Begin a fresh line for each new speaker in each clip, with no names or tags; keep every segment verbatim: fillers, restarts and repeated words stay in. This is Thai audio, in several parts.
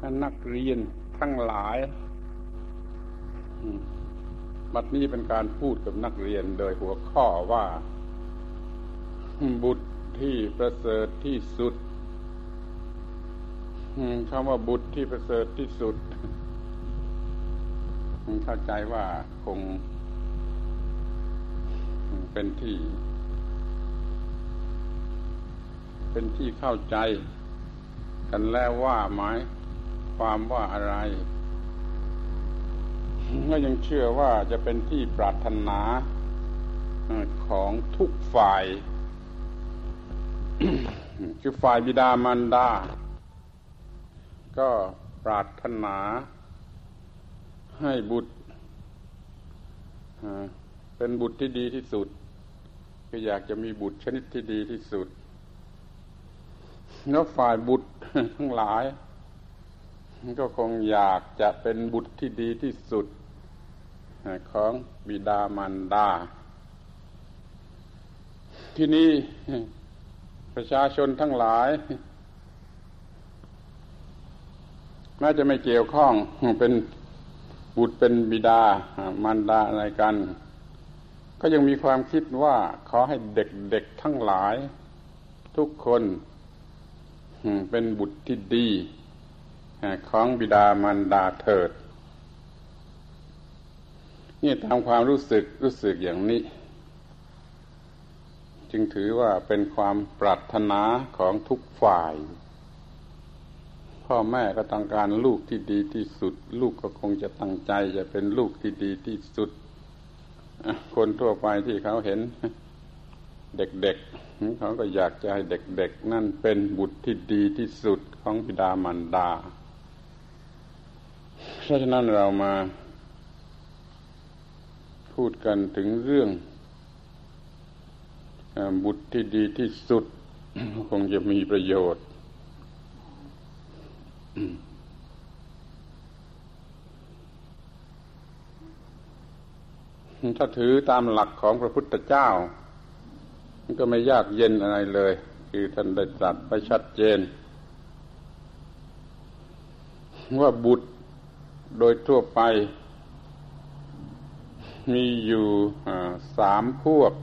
นักเรียนทั้งหลายบัดนี้เป็นการพูดกับนักเรียนโดยหัวข้อว่าบุตรที่ประเสริฐที่สุดคำว่าบุตรที่ประเสริฐที่สุดเข้าใจว่าคงเป็นที่เป็นที่เข้าใจกันแล้วว่าหมายความว่าอะไรก็ยังเชื่อว่าจะเป็นที่ปรารถนาของทุกฝ่ายคือฝ่ายบิดามารดาก็ปรารถนาให้บุตรเป็นบุตรที่ดีที่สุดก็อยากจะมีบุตรชนิดที่ดีที่สุดแล้วฝ่ายบุตรทั้งหลายก็คงอยากจะเป็นบุตรที่ดีที่สุดของบิดามารดาที่นี่ประชาชนทั้งหลายแม้จะไม่เกี่ยวข้องเป็นบุตรเป็นบิดามารดาอะไรกันก็ยังมีความคิดว่าขอให้เด็กๆทั้งหลายทุกคนเป็นบุตรที่ดีของบิดามารดาเถิดนี่ตามความรู้สึกรู้สึกอย่างนี้จึงถือว่าเป็นความปรารถนาของทุกฝ่ายพ่อแม่ก็ต้องการลูกที่ดีที่สุดลูกก็คงจะตั้งใจจะเป็นลูกที่ดีที่สุดคนทั่วไปที่เขาเห็นเด็กๆเขาก็อยากจะให้เด็กๆนั่นเป็นบุตรที่ดีที่สุดของบิดามารดาเพราะฉะนั้นเรามาพูดกันถึงเรื่องบุตรที่ดีที่สุดคงจะมีประโยชน์ถ้าถือตามหลักของพระพุทธเจ้ามันก็ไม่ยากเย็นอะไรเลยคือท่านได้ตรัสไว้ชัดเจนว่าบุตรโดยทั่วไปมีอยู่สามพวก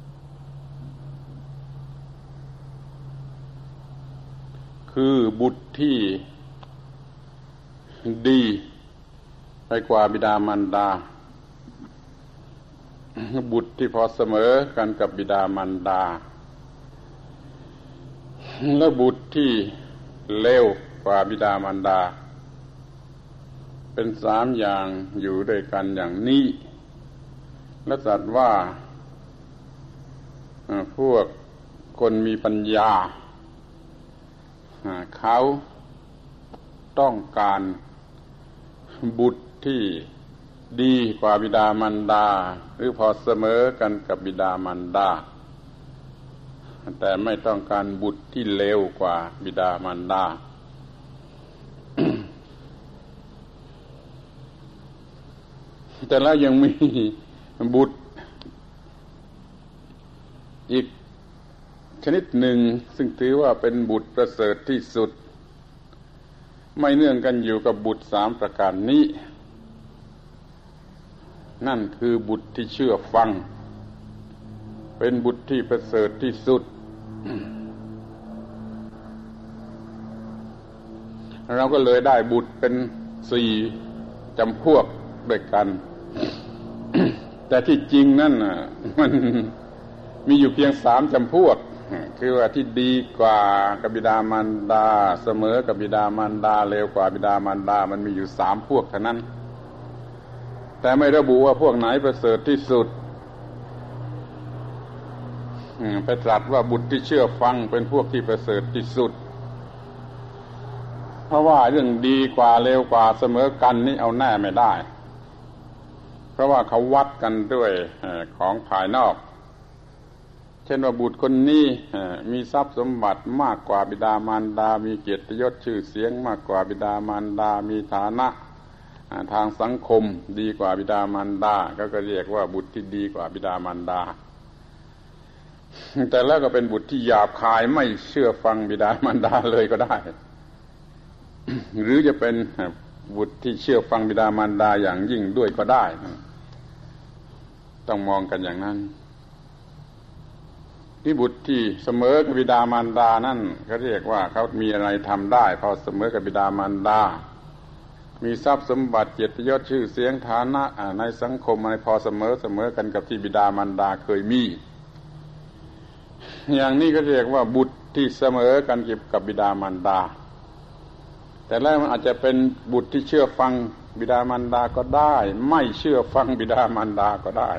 คือบุตรที่ดีไปกว่าบิดามารดาบุตรที่พอเสมอกันกับบิดามารดาและบุตรที่เลวกว่าบิดามารดาเป็นสามอย่างอยู่ด้วยกันอย่างนี้และตรัสว่าพวกคนมีปัญญาเขาต้องการบุตรที่ดีกว่าบิดามารดาหรือพอเสมอกันกับบิดามารดาแต่ไม่ต้องการบุตรที่เลวกว่าบิดามารดา แต่แล้วยังมีบุตรอีกชนิดหนึ่งซึ่งถือว่าเป็นบุตรประเสริฐที่สุดไม่เนื่องกันอยู่กับบุตรสามประการนี้นั่นคือบุตรที่เชื่อฟังเป็นบุตรที่ประเสริฐที่สุด เราก็เลยได้บุตรเป็นสี่จำพวกด้วยกัน แต่ที่จริงนั่นน่ะมันมีอยู่เพียงสามจำพวกคือว่าที่ดีกว่ากับบิดามารดาเสมอกับบิดามารดาเลวกว่าบิดามารดามันมีอยู่สามพวกเท่านั้นแต่ไม่ระบุว่าพวกไหนประเสริฐที่สุดไปตรัสว่าบุตรที่เชื่อฟังเป็นพวกที่ประเสริฐที่สุดเพราะว่าเรื่องดีกว่าเลวกว่าเสมอกันนี่เอาแน่ไม่ได้เพราะว่าเขาวัดกันด้วยของภายนอกเช่นว่าบุตรคนนี้มีทรัพย์สมบัติมากกว่าบิดามารดามีเกียรติยศชื่อเสียงมากกว่าบิดามารดามีฐานะทางสังคมดีกว่าบิดามารดาก็ก็เรียกว่าบุตรที่ดีกว่าบิดามารดาแต่แล้วก็เป็นบุตรที่หยาบคายไม่เชื่อฟังบิดามารดาเลยก็ได้หรือจะเป็นบุตรที่เชื่อฟังบิดามารดาอย่างยิ่งด้วยก็ได้ต้องมองกันอย่างนั้นที่บุตรที่เสมอกับบิดามารดานั่นเขาเรียกว่าเขามีอะไรทำได้พอเสมอกับบิดามารดามีทรัพย์สมบัติเกียรติยศชื่อเสียงฐานะในสังคมอะไรพอเสมอเสมอกันกับที่บิดามารดาเคยมีอย่างนี้ก็เรียกว่าบุตรที่เสมอกันกับบิดามารดาแต่แล้วมันอาจจะเป็นบุตรที่เชื่อฟังบิดามารดาก็ได้ไม่เชื่อฟังบิดามารดาก็ได้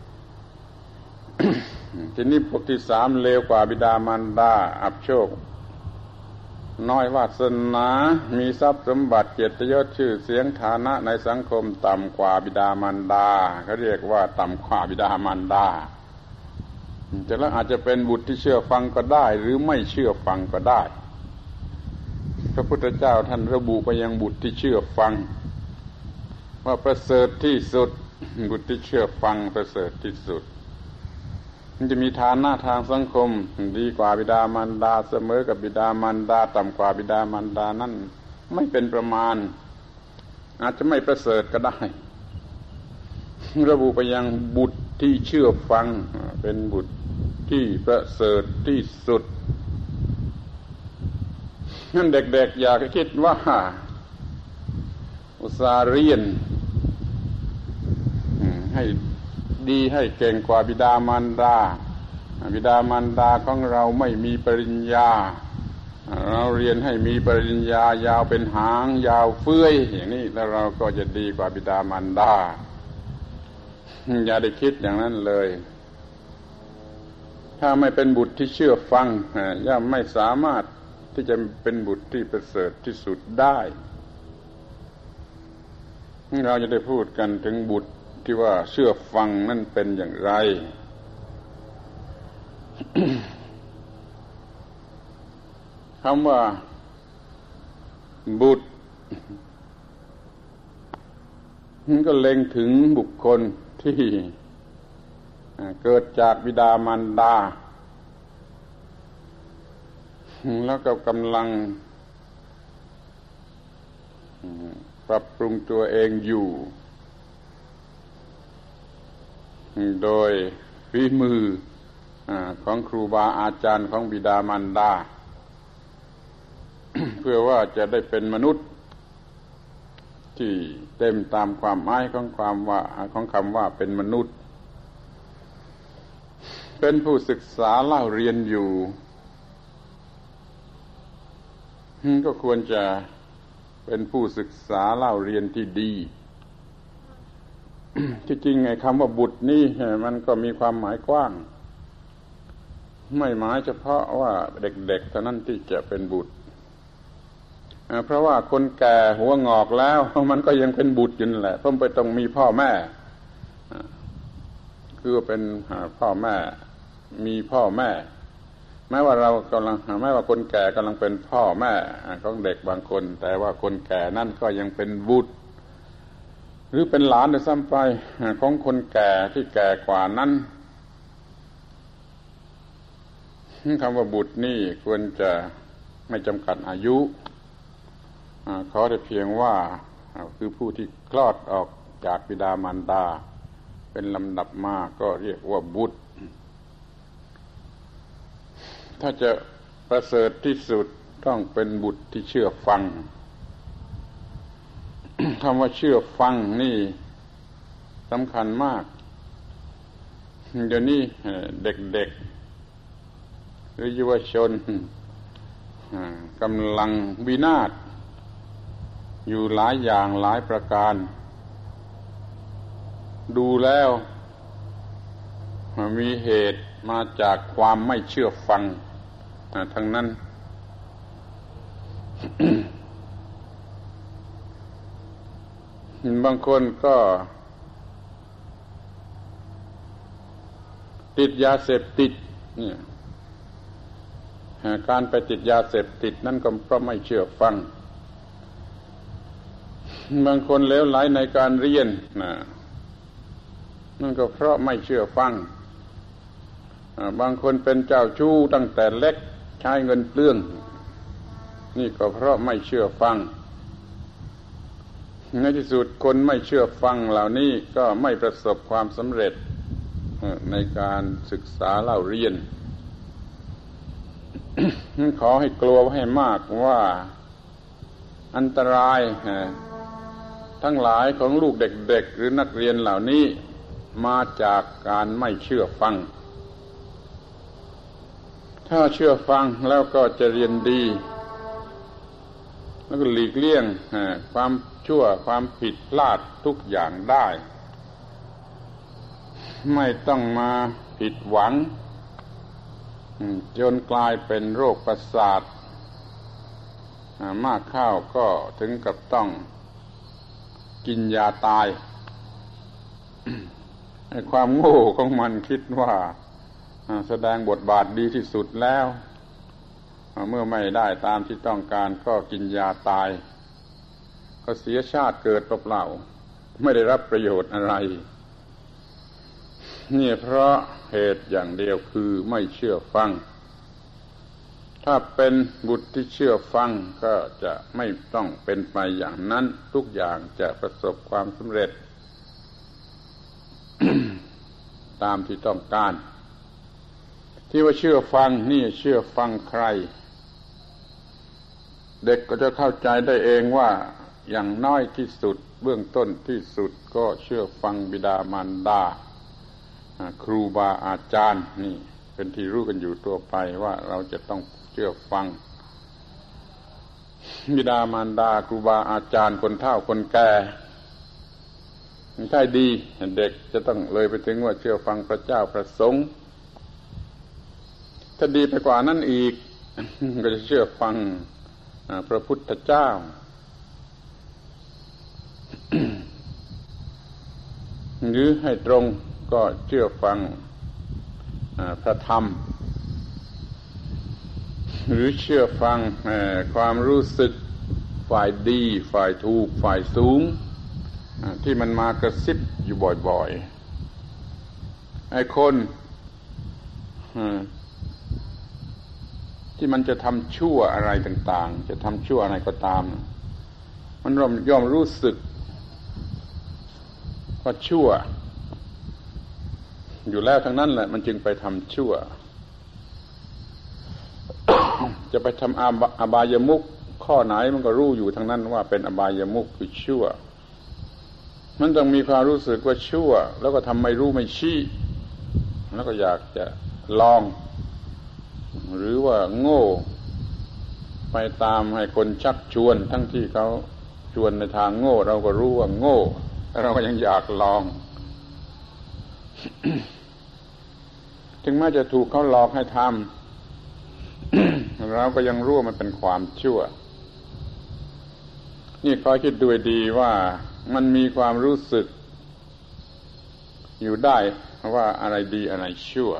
ทีนี้พวกที่สามเลวกว่าบิดามารดาอับโชคน้อยวาสนามีทรัพย์สมบัติเกียรติยศชื่อเสียงฐานะในสังคมต่ำกว่าบิดามารดาเขาเรียกว่าต่ำกว่าบิดามารดาแต่แล้วอาจจะเป็นบุตรที่เชื่อฟังก็ได้หรือไม่เชื่อฟังก็ได้พระพุทธเจ้าท่านระบุไปยังบุตรที่เชื่อฟังว่าประเสริฐที่สุดบุตรที่เชื่อฟังประเสริฐที่สุดมันจะมีฐานะทางสังคมดีกว่าบิดามารดาเสมอกับบิดามารดาต่ำกว่าบิดามารดานั่นไม่เป็นประมาณอาจจะไม่ประเสริฐก็ได้ระบุไปยังบุตรที่เชื่อฟังเป็นบุตรที่ประเสริฐที่สุดนั่นเด็กๆอยากคิดว่าอุตส่าห์เรียนให้ดีให้เก่งกว่าบิดามารดาบิดามารดาของเราไม่มีปริญญาเราเรียนให้มีปริญญายาวเป็นหางยาวเฟื้อยอย่างนี้แล้วเราก็จะดีกว่าบิดามารดาอย่าได้คิดอย่างนั้นเลยถ้าไม่เป็นบุตรที่เชื่อฟังย่อมไม่สามารถที่จะเป็นบุตรที่ประเสริฐที่สุดได้เราจะได้พูดกันถึงบุตรที่ว่าเชื่อฟังนั่นเป็นอย่างไร คำว่าบุตรมันก็เล็งถึงบุคคลที่เกิดจากบิดามารดาแล้วก็กำลังปรับปรุงตัวเองอยู่โดยฝีมือของครูบาอาจารย์ของบิดามารดา เพื่อว่าจะได้เป็นมนุษย์ที่เต็มตามความหมายของความว่าของคำว่าเป็นมนุษย์เป็นผู้ศึกษาเล่าเรียนอยู่ก็ควรจะเป็นผู้ศึกษาเล่าเรียนที่ดี ที่จริงไอ้คำว่าบุตรนี่มันก็มีความหมายกว้างไม่หมายเฉพาะว่าเด็กๆเท่านั้นที่จะเป็นบุตรเพราะว่าคนแก่หัวงอกแล้วมันก็ยังเป็นบุตรอยู่นั่นแหละเพราะไปต้องมีพ่อแม่คือเป็นพ่อแม่มีพ่อแม่แม้ว่าเรากำลังแม้ว่าคนแก่กำลังเป็นพ่อแม่ของเด็กบางคนแต่ว่าคนแก่นั่นก็ยังเป็นบุตรหรือเป็นหลานด้วยซ้ำไปของคนแก่ที่แก่กว่านั้นคำว่าบุตรนี่ควรจะไม่จำกัดอายุขอแต่เพียงว่าคือผู้ที่คลอดออกจากบิดามารดาเป็นลำดับมาก็เรียกว่าบุตรถ้าจะประเสริฐที่สุดต้องเป็นบุตรที่เชื่อฟัง คำว่าเชื่อฟังนี่สำคัญมากเดี๋ยวนี้เด็กๆหรือเยาวชนกำลังวินาศอยู่หลายอย่างหลายประการดูแล้วมีเหตุมาจากความไม่เชื่อฟังทั้งนั้น บางคนก็ติดยาเสพติดเนี่ยการไปติดยาเสพติดนั่นก็เพราะไม่เชื่อฟังบางคนเลวไหลในการเรียนนะนั่นก็เพราะไม่เชื่อฟังบางคนเป็นเจ้าชู้ตั้งแต่เล็กใช้เงินเปลืองนี่ก็เพราะไม่เชื่อฟังในที่สุดคนไม่เชื่อฟังเหล่านี้ก็ไม่ประสบความสำเร็จในการศึกษาเล่าเรียน ขอให้กลัวให้มากว่าอันตรายทั้งหลายของลูกเด็กๆหรือนักเรียนเหล่านี้มาจากการไม่เชื่อฟังถ้าเชื่อฟังแล้วก็จะเรียนดีแล้วก็หลีกเลี่ยงความชั่วความผิดพลาดทุกอย่างได้ไม่ต้องมาผิดหวังจนกลายเป็นโรคประสาทมากเข้าก็ถึงกับต้องกินยาตายให้ความโง่ของมันคิดว่าแสดงบทบาทดีที่สุดแล้วเมื่อไม่ได้ตามที่ต้องการก็กินยาตายก็เสียชาติเกิดเปล่าๆไม่ได้รับประโยชน์อะไรนี่เพราะเหตุอย่างเดียวคือไม่เชื่อฟังถ้าเป็นบุตรที่เชื่อฟังก็จะไม่ต้องเป็นไปอย่างนั้นทุกอย่างจะประสบความสำเร็จ ตามที่ต้องการที่ว่าเชื่อฟังนี่เชื่อฟังใครเด็กก็จะเข้าใจได้เองว่าอย่างน้อยที่สุดเบื้องต้นที่สุดก็เชื่อฟังบิดามารดาครูบาอาจารย์นี่เป็นที่รู้กันอยู่ตัวไปว่าเราจะต้องเชื่อฟังบิดามารดาครูบาอาจารย์คนเฒ่าคนแก่ถ้าดีเด็กจะต้องเลยไปถึงว่าเชื่อฟังพระเจ้าพระสงฆ์ถ้าดีไปกว่านั้นอีกก็จะเชื่อฟังพระพุทธเจ้าหรือให้ตรงก็เชื่อฟังพระธรรมหรือเชื่อฟังความรู้สึกฝ่ายดีฝ่ายถูกฝ่ายสูงที่มันมากระซิบอยู่บ่อยๆไอ้คนที่มันจะทำชั่วอะไรต่างๆจะทำชั่วอะไรก็ตามมันย่อมรู้สึกว่าชั่วอยู่แล้วทั้งนั้นแหละมันจึงไปทำชั่ว จะไปทำอบายมุขข้อไหนมันก็รู้อยู่ทั้งนั้นว่าเป็นอบายมุขคือชั่วมันต้องมีความรู้สึกว่าชั่วแล้วก็ทำไม่รู้ไม่ชี้แล้วก็อยากจะลองหรือว่าโง่ไปตามให้คนชักชวนทั้งที่เขาชวนในทางโง่เราก็รู้ว่าโง่เราก็ยังอยากลอง ถึงแม้จะถูกเขาหลอกให้ทำ เราก็ยังรู้ว่ามันเป็นความชั่วนี่คอยคิดดูดีว่ามันมีความรู้สึกอยู่ได้ว่าอะไรดีอะไรชั่ว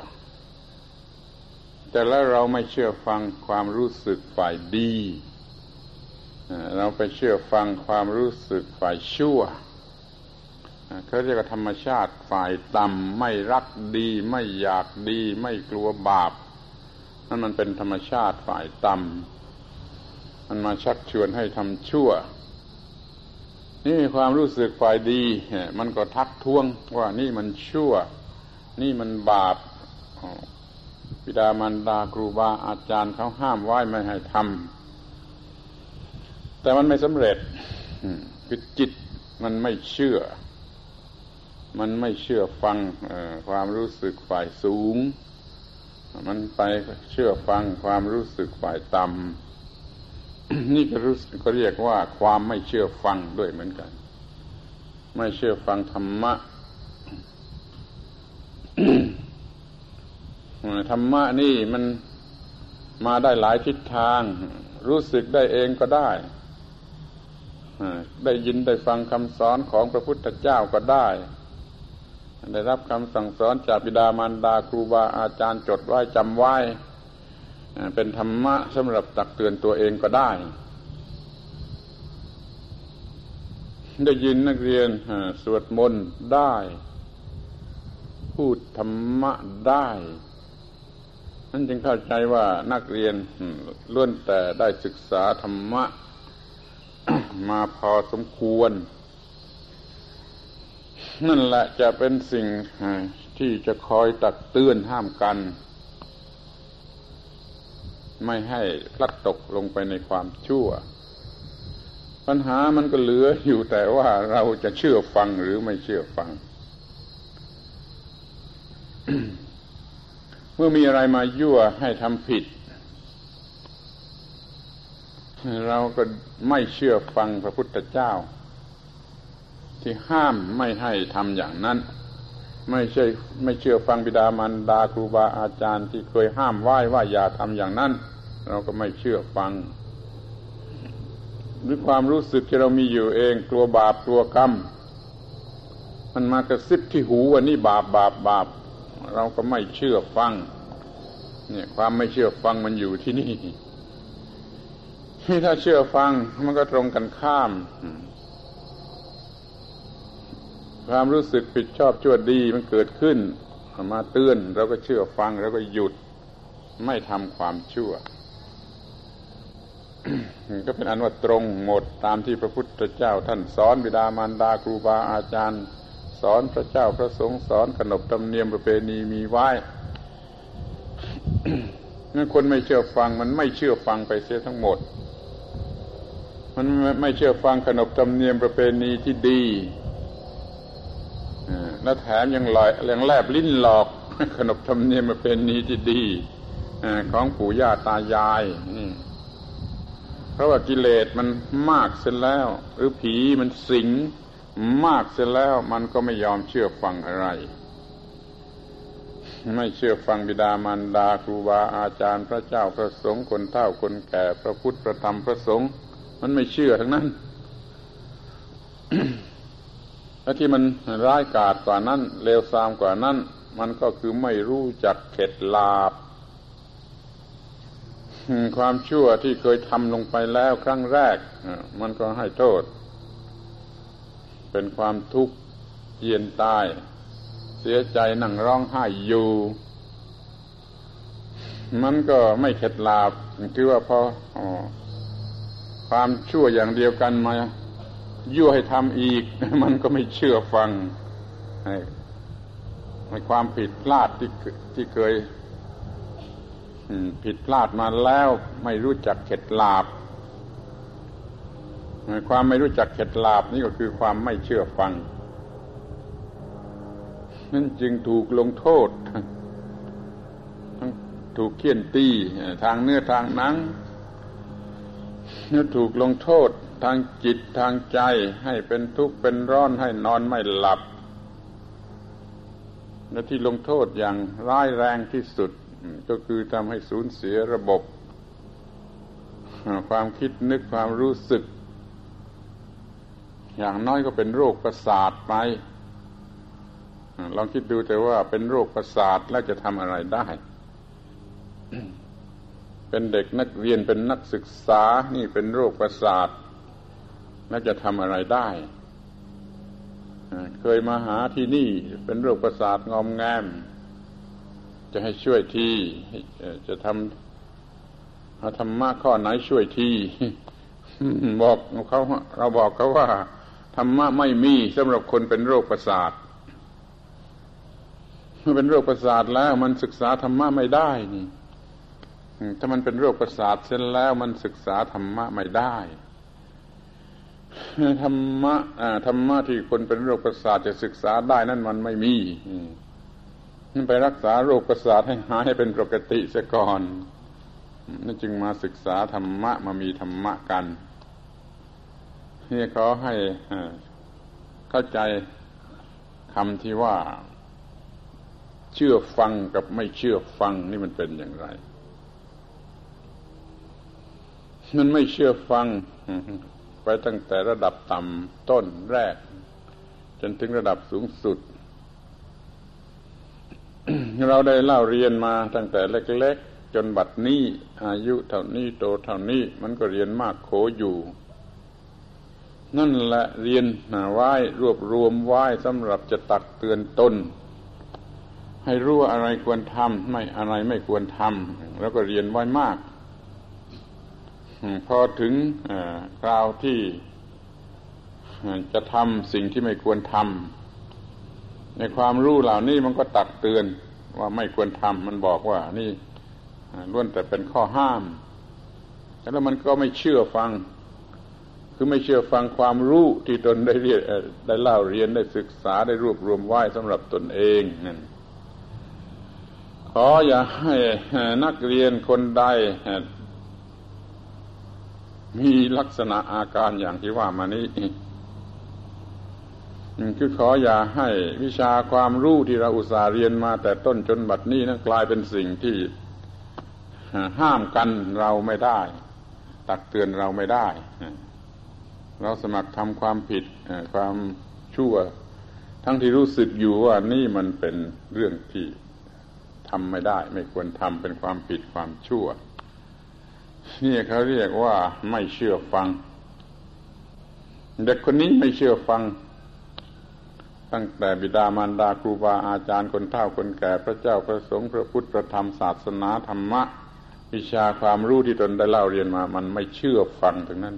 แต่แล้วเราไม่เชื่อฟังความรู้สึกฝ่ายดีเราไปเชื่อฟังความรู้สึกฝ่ายชั่วเขาเรียกว่าธรรมชาติฝ่ายต่ำไม่รักดีไม่อยากดีไม่กลัวบาปนั่นมันเป็นธรรมชาติฝ่ายต่ำมันมาชักชวนให้ทำชั่วนี่ความรู้สึกฝ่ายดีมันก็ทักท้วงว่านี่มันชั่วนี่มันบาปบิดามารดาครูบาอาจารย์เขาห้ามไว้ไม่ให้ทำแต่มันไม่สำเร็จคือจิตมันไม่เชื่อมันไม่เชื่อฟังความรู้สึกฝ่ายสูงมันไปเชื่อฟังความรู้สึกฝ่ายต่ำ นี่ก็รู้ก็เรียกว่าความไม่เชื่อฟังด้วยเหมือนกันไม่เชื่อฟังธรรมะ ธรรมะนี่มันมาได้หลายทิศทางรู้สึกได้เองก็ได้ได้ยินได้ฟังคำสอนของพระพุทธเจ้าก็ได้ได้รับคำสั่งสอนจากบิดามารดาครูบาอาจารย์จดไว้จำไว้เป็นธรรมะสำหรับตักเตือนตัวเองก็ได้ได้ยินนักเรียนสวดมนต์ได้พูดธรรมะได้นั่นจึงเข้าใจว่านักเรียนล้วนแต่ได้ศึกษาธรรมะ มาพอสมควรนั่นแหละจะเป็นสิ่งที่จะคอยตักเตือนห้ามกันไม่ให้พลัดตกลงไปในความชั่วปัญหามันก็เหลืออยู่แต่ว่าเราจะเชื่อฟังหรือไม่เชื่อฟัง เมื่อมีอะไรมายั่วให้ทำผิดเราก็ไม่เชื่อฟังพระพุทธเจ้าที่ห้ามไม่ให้ทำอย่างนั้นไม่ใช่ไม่เชื่อฟังบิดามารดาครูบาอาจารย์ที่เคยห้ามไว้ว่าอย่าทำอย่างนั้นเราก็ไม่เชื่อฟังด้วยความรู้สึกที่เรามีอยู่เองกลัวบาปกลัวกรรมมันมากระซิบที่หูว่านี่บาปบาปบาปเราก็ไม่เชื่อฟังเนี่ยความไม่เชื่อฟังมันอยู่ที่นี่ที่ถ้าเชื่อฟังมันก็ตรงกันข้ามความรู้สึกผิดชอบชั่วดีมันเกิดขึ้นมาเตือนเราก็เชื่อฟังแล้วก็หยุดไม่ทำความชั่ว ก็เป็นอันว่าตรงหมดตามที่พระพุทธเจ้าท่านสอนบิดามารดาครูบาอาจารย์สอนพระเจ้าพระสงฆ์สอนขนบธรรมเนียมประเพณีมีไว้ เมื่อคนไม่เชื่อฟังมันไม่เชื่อฟังไปเสียทั้งหมดมันไม่เชื่อฟังขนบธรรมเนียมประเพณีที่ดีและแถมยังลอยยังแลบลิ้นหลอกขนบธรรมเนียมประเพณีที่ดีของปู่ย่าตายายเพราะว่ากิเลสมันมากเสียแล้วหรือผีมันสิงมากเสียแล้วมันก็ไม่ยอมเชื่อฟังอะไรไม่เชื่อฟังบิดามารดาครูบาอาจารย์พระเจ้าพระสงฆ์คนเฒ่าคนแก่พระพุทธพระธรรมพระสงฆ์มันไม่เชื่อทั้งนั้น และที่มันร้ายกาจกว่านั้นเลวทรามกว่านั้นมันก็คือไม่รู้จักเข็ดหลาบความชั่วที่เคยทำลงไปแล้วครั้งแรกมันก็ให้โทษเป็นความทุกข์เยียนตายเสียใจนั่งร้องไห้อยู่มันก็ไม่เข็ดหลาบคือว่าพอความชั่วอย่างเดียวกันมายั่วให้ทำอีกมันก็ไม่เชื่อฟังในความผิดพลาดที่ที่เคยผิดพลาดมาแล้วไม่รู้จักเข็ดหลาบความไม่รู้จักเข็ดหลาบนี่ก็คือความไม่เชื่อฟังนั่นจึงถูกลงโทษถูกเฆี่ยนตีทางเนื้อทางหนังถูกลงโทษทางจิตทางใจให้เป็นทุกข์เป็นร้อนให้นอนไม่หลับและที่ลงโทษอย่างร้ายแรงที่สุดก็คือทำให้สูญเสียระบบความคิดนึกความรู้สึกอย่างน้อยก็เป็นโรคประสาทไปลองคิดดูแต่ว่าเป็นโรคประสาทแล้วจะทำอะไรได้ เป็นเด็กนักเรียนเป็นนักศึกษานี่เป็นโรคประสาทแล้วจะทำอะไรได้เคยมาหาที่นี่เป็นโรคประสาทงอมแงมจะให้ช่วยทีจะทำธรรมะข้อไหนช่วยที บอกเขาเราบอกเขาว่าธรรมะไม่มีสำหรับคนเป็นโรคประสาทเมื่อเป็นโรคประสาทแล้วมันศึกษาธรรมะไม่ได้นี่ถ้ามันเป็นโรคประสาทเสร็จแล้วมันศึกษาธรรมะไม่ได้ธรรมะธรรมะที่คนเป็นโรคประสาทจะศึกษาได้นั่นมันไม่มีมันไปรักษาโรคประสาทให้หายให้เป็นปกติเสียก่อนนั่นจึงมาศึกษาธรรมะมามีธรรมะกันนี่เขาให้เข้าใจคำที่ว่าเชื่อฟังกับไม่เชื่อฟังนี่มันเป็นอย่างไรมันไม่เชื่อฟังไปตั้งแต่ระดับต่ำต้นแรกจนถึงระดับสูงสุด เราได้เล่าเรียนมาตั้งแต่เล็กๆจนบัดนี้อายุเท่านี้โตเท่านี้มันก็เรียนมากโขอยู่นั่นแหละเรียนไว้รวบรวมไว้สำหรับจะตักเตือนตนให้รู้ว่าอะไรควรทำไม่อะไรไม่ควรทำแล้วก็เรียนไว้มากพอถึงคราวที่จะทำสิ่งที่ไม่ควรทำในความรู้เหล่านี้มันก็ตักเตือนว่าไม่ควรทำมันบอกว่านี่ล้วนแต่เป็นข้อห้ามแล้วมันก็ไม่เชื่อฟังคือไม่เชื่อฟังความรู้ที่ตนได้เรียนได้เล่าเรียนได้ศึกษาได้รวบรวมไว้สำหรับตนเองนั่นขออย่าให้นักเรียนคนใดมีลักษณะอาการอย่างที่ว่ามานี้คือขออย่าให้วิชาความรู้ที่เราอุตส่าห์เรียนมาแต่ต้นจนบัดนี้นั้นกลายเป็นสิ่งที่ห้ามกันเราไม่ได้ตักเตือนเราไม่ได้เราสมัครทำความผิดความชั่วทั้งที่รู้สึกอยู่ว่านี่มันเป็นเรื่องที่ทำไม่ได้ไม่ควรทำเป็นความผิดความชั่วนี่เขาเรียกว่าไม่เชื่อฟังเด็กคนนี้ไม่เชื่อฟังตั้งแต่บิดามารดาครูบาอาจารย์คนเฒ่าคนแก่พระเจ้าพระสงฆ์พระพุทธพระธรรมศาสนาธรรมะวิชาความรู้ที่ตนได้เล่าเรียนมามันไม่เชื่อฟังทั้งนั้น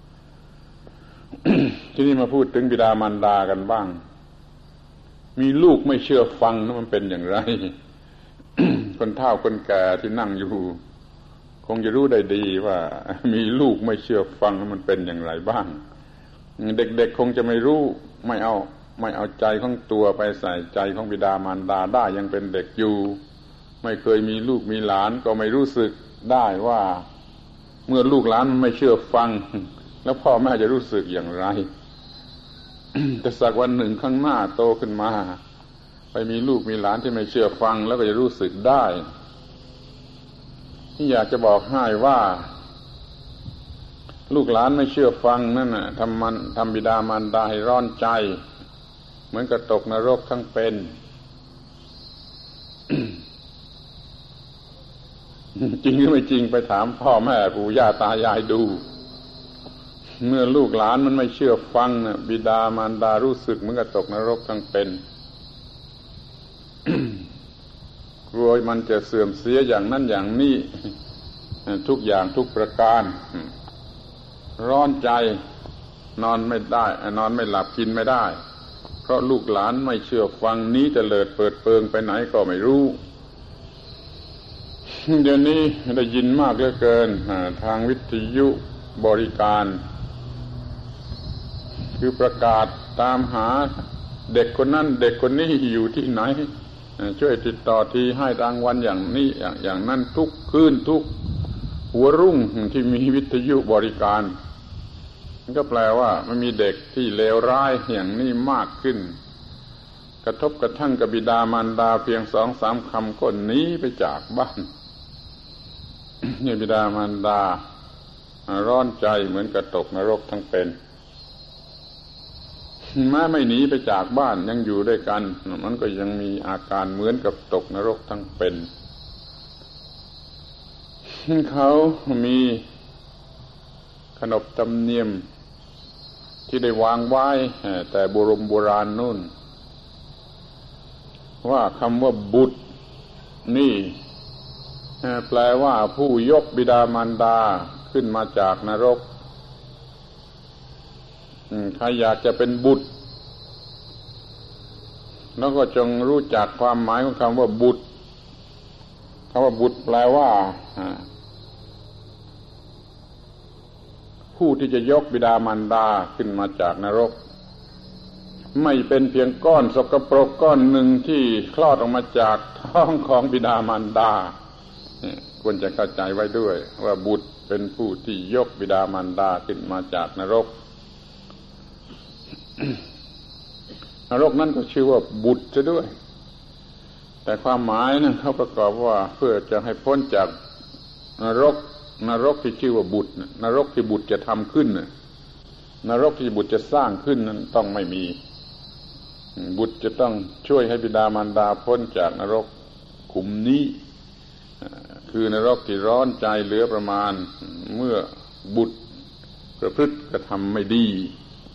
ที่นี่มาพูดถึงบิดามารดากันบ้างมีลูกไม่เชื่อฟังนั้นมันเป็นอย่างไร คนเฒ่าคนแก่ที่นั่งอยู่คงจะรู้ได้ดีว่ามีลูกไม่เชื่อฟังนั้นมันเป็นอย่างไรบ้างเด็กๆคงจะไม่รู้ไม่เอาไม่เอาใจของตัวไปใส่ใจของบิดามารดาได้ยังเป็นเด็กอยู่ไม่เคยมีลูกมีหลานก็ไม่รู้สึกได้ว่าเมื่อลูกหลานมันไม่เชื่อฟังแล้วพ่อแม่จะรู้สึกอย่างไร แต่สักวันหนึ่งข้างหน้าโตขึ้นมาไปมีลูกมีหลานที่ไม่เชื่อฟังแล้วก็จะรู้สึกได้ที่อยากจะบอกให้ว่าลูกหลานไม่เชื่อฟังนั่นน่ะทำมันทำบิดามารดาให้ร้อนใจเหมือนกับตกนรกทั้งเป็น จริงหรือไม่จริงไปถามพ่อแม่ปู่ย่าตายายดูเมื่อลูกหลานมันไม่เชื่อฟังน่ะบิดามารดารู้สึกเหมือนกับตกนรกทั้งเป็น กลัวมันจะเสื่อมเสียอย่างนั้นอย่างนี้ทุกอย่างทุกประการร้อนใจนอนไม่ได้นอนไม่หลับกินไม่ได้เพราะลูกหลานไม่เชื่อฟังนี้จะเลิดเปิดเปิงไปไหนก็ไม่รู้เดี๋ยวนี้ได้ยินมากเหลือเกินทางวิทยุบริการคือประกาศตามหาเด็กคนนั้นเด็กคนนี้อยู่ที่ไหนช่วยติดต่อทีให้รางวัลอย่างนี้อย่างอย่างนั้นทุกคืนทุกหัวรุ่งที่มีวิทยุบริการมันก็แปลว่ามันมีเด็กที่เลวร้ายอย่างนี้มากขึ้นกระทบกระทั่งกับบิดามารดาเพียงสองสามคำก็หนีไปจากบ้าน นี่บิดามารดาร้อนใจเหมือนกับตกนรกทั้งเป็นแม้ไม่หนีไปจากบ้านยังอยู่ด้วยกันมันก็ยังมีอาการเหมือนกับตกนรกทั้งเป็นเขามีขนบธรรมเนียมที่ได้วางไว้แต่โบรมโบราณนู่นว่าคำว่าบุตรนี่แปลว่าผู้ยกบิดามารดาขึ้นมาจากนรกใครอยากจะเป็นบุตรแล้วก็จงรู้จักความหมายของคำว่าบุตรคำว่าบุตรแปลว่าผู้ที่จะยกบิดามารดาขึ้นมาจากนรกไม่เป็นเพียงก้อนสกปรกก้อนหนึ่งที่คลอดออกมาจากท้องของบิดามารดาควรจะเข้าใจไว้ด้วยว่าบุตรเป็นผู้ที่ยกบิดามารดาขึ้นมาจากนรก นรกนั่นก็ชื่อว่าบุตรซะด้วยแต่ความหมายนั้นเขาประกอบว่าเพื่อจะให้พ้นจากนรกนรกที่ชื่อว่าบุตรนรกที่บุตรจะทำขึ้นนรกที่บุตรจะสร้างขึ้นนั้นต้องไม่มีบุตรจะต้องช่วยให้บิดามารดาพ้นจากนรกขุมนี้คือนรกที่ร้อนใจเหลือประมาณเมื่อบุตรประพฤติกระทำไม่ดี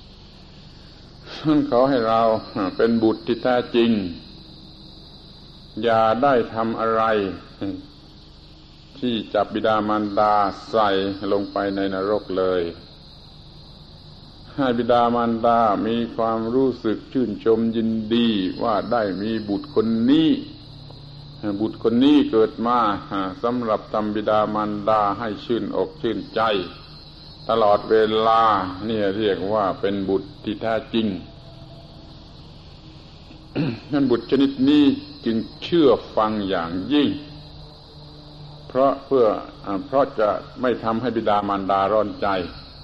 ท่านขอให้เราเป็นบุตรที่แท้จริงอย่าได้ทำอะไรที่จับบิดามารดาใส่ลงไปในนรกเลยให้บิดามารดามีความรู้สึกชื่นชมยินดีว่าได้มีบุตรคนนี้บุตรคนนี้เกิดมาสำหรับทำบิดามารดาให้ชื่นอกชื่นใจตลอดเวลาเนี่ยเรียกว่าเป็นบุตรที่แท้จริง นั่นบุตรชนิดนี้จึงเชื่อฟังอย่างยิ่งเพราะเพื่อเพราะจะไม่ทำให้บิดามารดาร้อนใจ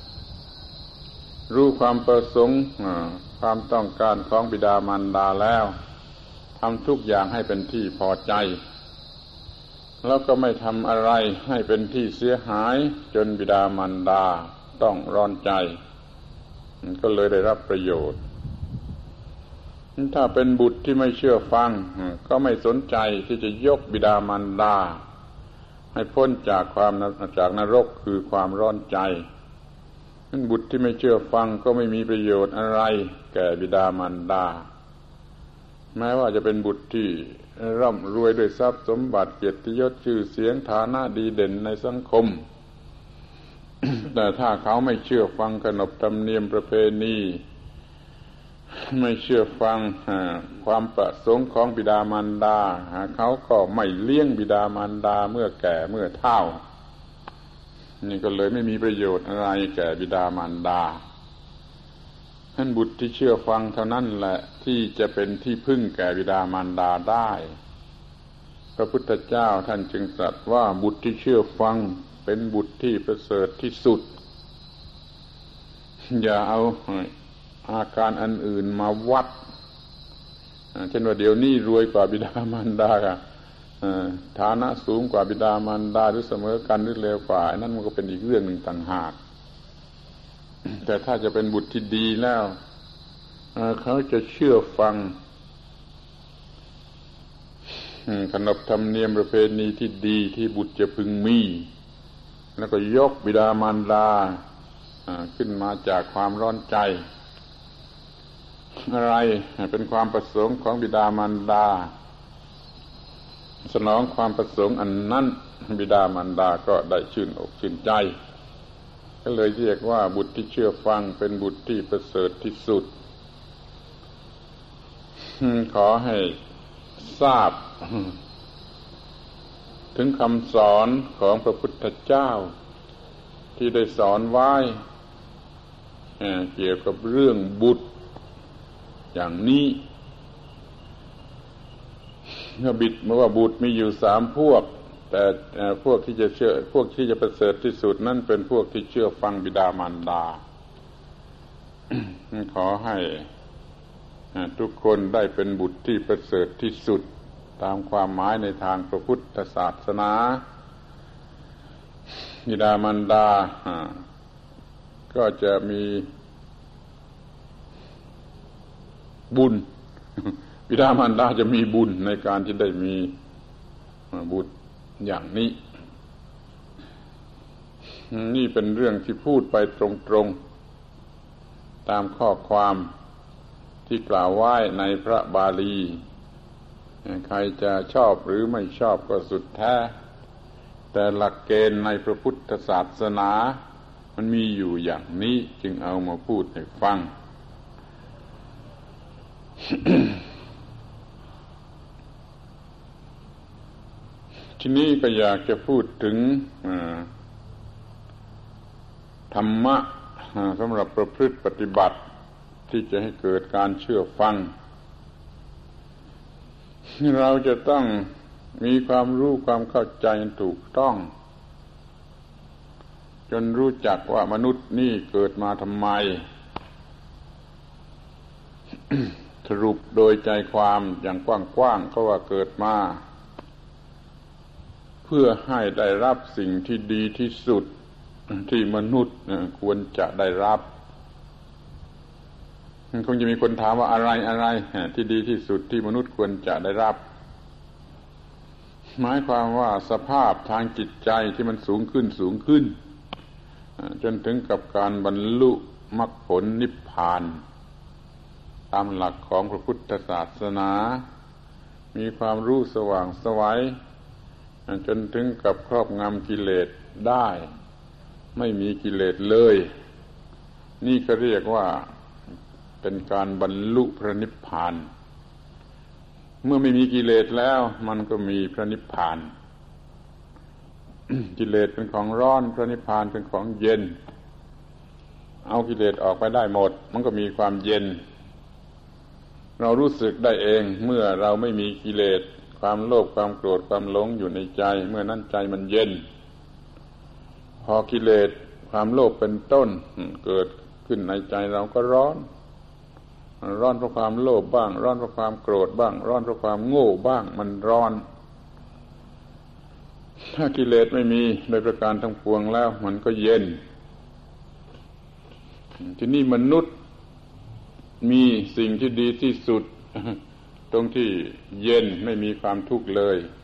รู้ความประสงค์ความต้องการของบิดามารดาแล้วทำทุกอย่างให้เป็นที่พอใจแล้วก็ไม่ทำอะไรให้เป็นที่เสียหายจนบิดามารดาต้องร้อนใจก็เลยได้รับประโยชน์ถ้าเป็นบุตรที่ไม่เชื่อฟังก็ไม่สนใจที่จะยกบิดามารดาให้พ้นจากความจากนรกคือความร้อนใจนั้นบุตรที่ไม่เชื่อฟังก็ไม่มีประโยชน์อะไรแก่บิดามารดาแม้ว่าจะเป็นบุตรที่ร่ำรวยด้วยทรัพย์สมบัติเกียรติยศชื่อเสียงฐานะดีเด่นในสังคม แต่ถ้าเขาไม่เชื่อฟังขนบธรรมเนียมประเพณีไม่เชื่อฟังความประสงค์ของบิดามารดาเขาก็ไม่เลี้ยงบิดามารดาเมื่อแก่เมื่อเฒ่านี่ก็เลยไม่มีประโยชน์อะไรแก่บิดามารดาท่านบุตรที่เชื่อฟังเท่านั้นแหละที่จะเป็นที่พึ่งแก่บิดามารดาได้พระพุทธเจ้าท่านจึงตรัสว่าบุตรที่เชื่อฟังเป็นบุตรที่ประเสริฐที่สุดอย่าเอาอาการอันอื่นมาวัดเช่นว่าเดี๋ยวนี้รวยกว่าบิดามารดาฐานะสูงกว่าบิดามารดาหรือเสมอกันหรือเลวกว่านั่นมันก็เป็นอีกเรื่องหนึ่งต่างหากแต่ถ้าจะเป็นบุตรที่ดีแล้วเขาจะเชื่อฟังขนบธรรมเนียมประเพณีที่ดีที่บุตรจะพึงมีแล้วก็ยกบิดามารดาขึ้นมาจากความร้อนใจอะไรเป็นความประสงค์ของบิดามารดาสนองความประสงค์อันนั้นบิดามารดาก็ได้ชื่นอกชื่นใจก็เลยเรียกว่าบุตรที่เชื่อฟังเป็นบุตรที่ประเสริฐที่สุดขอให้ทราบถึงคำสอนของพระพุทธเจ้าที่ได้สอนไว้เกี่ยวกับเรื่องบุตรอย่างนี้เมื่อบิดเมื่อว่าบุตรมีอยู่สามพวกแต่พวกที่จะเชื่อพวกที่จะประเสริฐที่สุดนั่นเป็นพวกที่เชื่อฟังบิดามารดา ขอให้ทุกคนได้เป็นบุตรที่ประเสริฐที่สุดตามความหมายในทางพระพุทธศาสนาบิดามารดาก็จะมีบุญบิดามารดาจะมีบุญในการที่ได้มีบุตรอย่างนี้นี่เป็นเรื่องที่พูดไปตรงๆตามข้อความที่กล่าวไว้ในพระบาลีใครจะชอบหรือไม่ชอบก็สุดแท้แต่หลักเกณฑ์ในพระพุทธศาสนามันมีอยู่อย่างนี้จึงเอามาพูดให้ฟัง ทีนี้ก็อยากจะพูดถึงธรรมะสำหรับประพฤติปฏิบัติที่จะให้เกิดการเชื่อฟังเราจะต้องมีความรู้ความเข้าใจถูกต้องจนรู้จักว่ามนุษย์นี่เกิดมาทำไม สรุปโดยใจความอย่างกว้างๆก็ว่าเกิดมาเพื่อให้ได้รับสิ่งที่ดีที่สุดที่มนุษย์ควรจะได้รับคงจะมีคนถามว่าอะไรอะไรที่ดีที่สุดที่มนุษย์ควรจะได้รับหมายความว่าสภาพทางจิตใจที่มันสูงขึ้นสูงขึ้นจนถึงกับการบรรลุมรรคผลนิพพานตามหลักของพระพุทธศาสนามีความรู้สว่างไสวจนถึงกับครอบงำกิเลสได้ไม่มีกิเลสเลยนี่ก็เรียกว่าเป็นการบรรลุพระนิพพานเมื่อไม่มีกิเลสแล้วมันก็มีพระนิพพาน กิเลสเป็นของร้อนพระนิพพานเป็นของเย็นเอากิเลสออกไปได้หมดมันก็มีความเย็นเรารู้สึกได้เองเมื่อเราไม่มีกิเลสความโลภความโกรธความหลงอยู่ในใจเมื่อนั้นใจมันเย็นพอกิเลสความโลภเป็นต้นเกิดขึ้นในใจเราก็ร้อนร้อนเพราะความโลภบ้างร้อนเพราะความโกรธบ้างร้อนเพราะความโง่บ้างมันร้อนถ้ากิเลสไม่มีโดยประการทั้งปวงแล้วมันก็เย็นที่นี่มนุษย์มีสิ่งที่ดีที่สุดตรงที่เย็นไม่มีความทุกข์เลย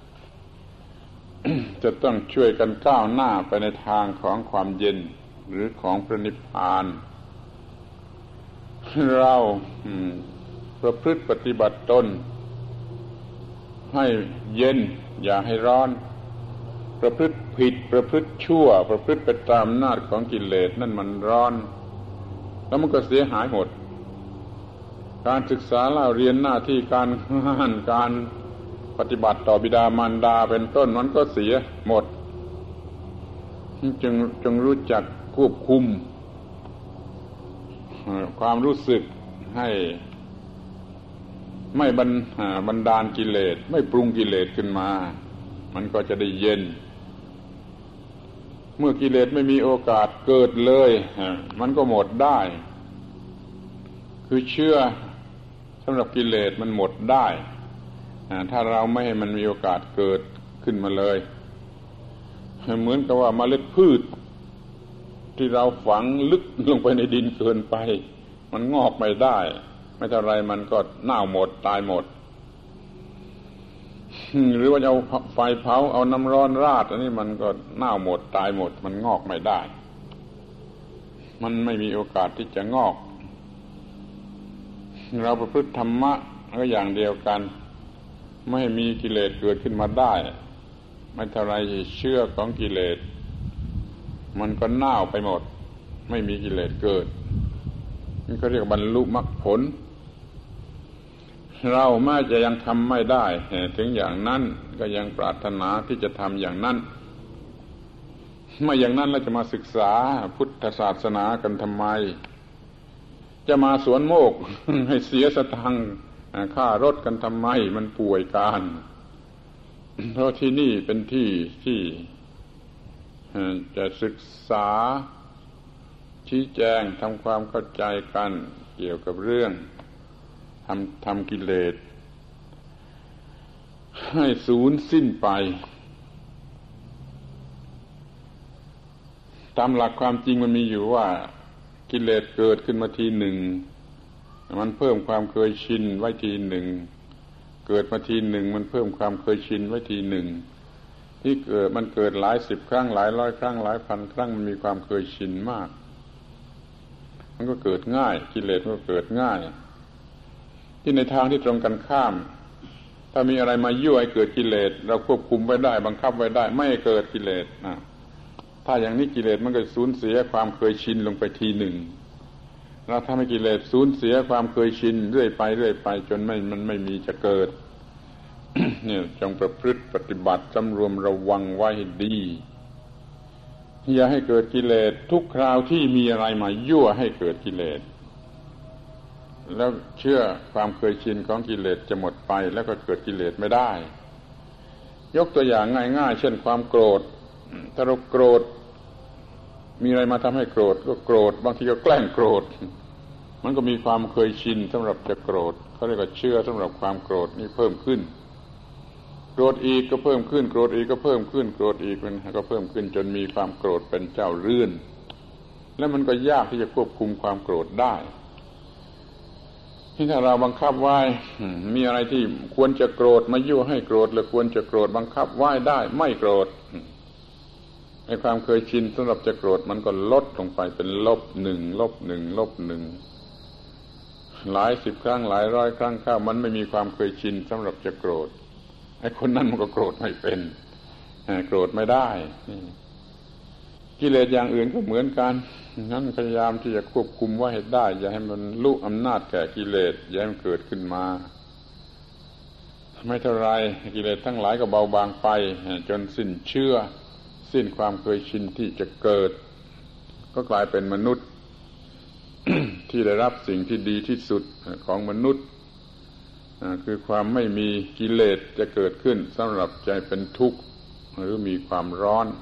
จะต้องช่วยกันก้าวหน้าไปในทางของความเย็นหรือของพระนิพพานเราประพฤติปฏิบัติตนให้เย็นอย่าให้ร้อนประพฤติผิดประพฤติชั่วประพฤติไปตามอำนาจของกิเลสนั่นมันร้อนแล้วมันก็เสียหายหมดการศึกษาเล่าเรียนหน้าที่การงานการปฏิบัติต่อบิดามารดาเป็นต้นมันก็เสียหมดจึงจงรู้จักควบคุมความรู้สึกให้ไม่บันบันดาลกิเลสไม่ปรุงกิเลสขึ้นมามันก็จะได้เย็นเมื่อกิเลสไม่มีโอกาสเกิดเลยมันก็หมดได้คือเชื่อสำหรับกิเลสมันหมดได้ถ้าเราไม่ให้มันมีโอกาสเกิดขึ้นมาเลยเหมือนกับว่าเมล็ดพืชที่เราฝังลึกลงไปในดินเกินไปมันงอกไม่ได้ไม่เท่าไรมันก็เน่าหมดตายหมดหรือว่าเอาไฟเผาเอาน้ำร้อนราดอันนี้มันก็เน่าหมดตายหมดมันงอกไม่ได้มันไม่มีโอกาสที่จะงอกเราประพฤติธรรมะก็อย่างเดียวกันไม่ให้มีกิเลสเกิดขึ้นมาได้ไม่เท่าไรเชื่อของกิเลสมันก็เน่าไปหมดไม่มีกิเลสเกิดนี่เขาเรียกบรรลุมรรคผลเราแม้จะยังทำไม่ได้ถึงอย่างนั้นก็ยังปรารถนาที่จะทำอย่างนั้นไม่อย่างนั้นเราจะมาศึกษาพุทธศาสนากันทำไมจะมาสวนโมกให้เสียสตังค์ค่ารถกันทำไมมันป่วยการเพราะที่นี่เป็นที่ที่จะศึกษาชี้แจงทำความเข้าใจกันเกี่ยวกับเรื่องทำทำกิเลสให้สูญสิ้นไปตามหลักความจริงมันมีอยู่ว่ากิเลสเกิดขึ้นมาทีหนึ่งมันเพิ่มความเคยชินไว้ทีหนึ่งเกิดมาทีหนึ่งมันเพิ่มความเคยชินไว้ทีหนึ่งที่เกิดมันเกิดหลายสิบครั้งหลายร้อยครั้งหลายพันครั้งมันมีความเคยชินมากมันก็เกิดง่ายกิเลสก็เกิดง่ายที่ในทางที่ตรงกันข้ามถ้ามีอะไรมายั่วให้เกิดกิเลสเราควบคุมไว้ได้บังคับไว้ได้ไม่ให้เกิดกิเลสนะถ้าอย่างนี้กิเลสมันก็สูญเสียความเคยชินลงไปทีหนึ่งเราทำให้กิเลสสูญเสียความเคยชินเรื่อยไปเรื่อยไปจนไม่มันไม่มีจะเกิด เนี่ยจงประพฤติปฏิบัติสำรวมระวังไว้ให้ดีอย่าให้เกิดกิเลสทุกคราวที่มีอะไรมายั่วให้เกิดกิเลสแล้วเชื่อความเคยชินของกิเลสจะหมดไปแล้วก็เกิดกิเลสไม่ได้ยกตัวอย่างง่ายๆเช่นความโกรธถ้าเราโกรธมีอะไรมาทำให้โกรธก็โกรธบางทีก็แกล้งโกรธมันก็มีความเคยชินสำหรับจะโกรธเขาเรียกว่าเชื่อสำหรับความโกรธนี่เพิ่มขึ้นโกรธอีกก็เพิ่มขึ้นโกรธอีกก็เพิ่มขึ้นโกรธอีกมันก็เพิ่มขึ้นจนมีความโกรธเป็นเจ้าเรือนแล้วมันก็ยากที่จะควบคุมความโกรธได้ที่ถ้าเราบังคับไว้มีอะไรที่ควรจะโกรธมายั่วให้โกรธหรือควรจะโกรธบังคับไว้ได้ไม่โกรธไอ้ความเคยชินสำหรับจะโกรธมันก็ลดลงไปเป็นลบหนึ่งลบหนึ่งลบหนึ่งหลายสิบครั้งหลายร้อยครั้งเข้ามันไม่มีความเคยชินสำหรับจะโกรธไอ้คนนั้นมันก็โกรธไม่เป็นโกรธไม่ได้กิเลสอย่างอื่นก็เหมือนกันงั้นพยายามที่จะควบคุมไว้ให้ได้อย่าให้มันลุกอำนาจแก่กิเลสอย่าให้มันเกิดขึ้นมาไม่เท่าไรกิเลสทั้งหลายก็เบาบางไปจนสิ้นเชื่อสิ้นความเคยชินที่จะเกิดก็กลายเป็นมนุษย์ ที่ได้รับสิ่งที่ดีที่สุดของมนุษย์คือความไม่มีกิเลสจะเกิดขึ้นสำหรับใจเป็นทุกข์หรือมีความร้อน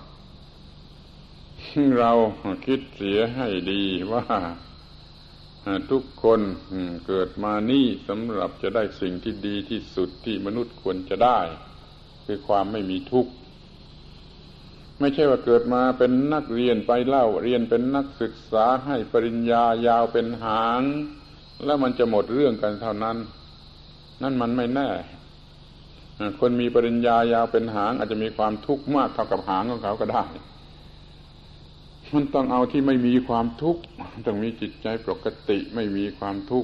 เราคิดเสียให้ดีว่าทุกคนเกิดมานี่สำหรับจะได้สิ่งที่ดีที่สุดที่มนุษย์ควรจะได้คือความไม่มีทุกข์ไม่ใช่ว่าเกิดมาเป็นนักเรียนไปเล่าเรียนเป็นนักศึกษาให้ปริญญายาวเป็นหางแล้วมันจะหมดเรื่องกันเท่านั้นนั่นมันไม่แน่คนมีปริญญายาวเป็นหางอาจจะมีความทุกข์มากเท่ากับหางของเขาก็ได้มันต้องเอาที่ไม่มีความทุกข์ต้องมีจิตใจปกติไม่มีความทุกข์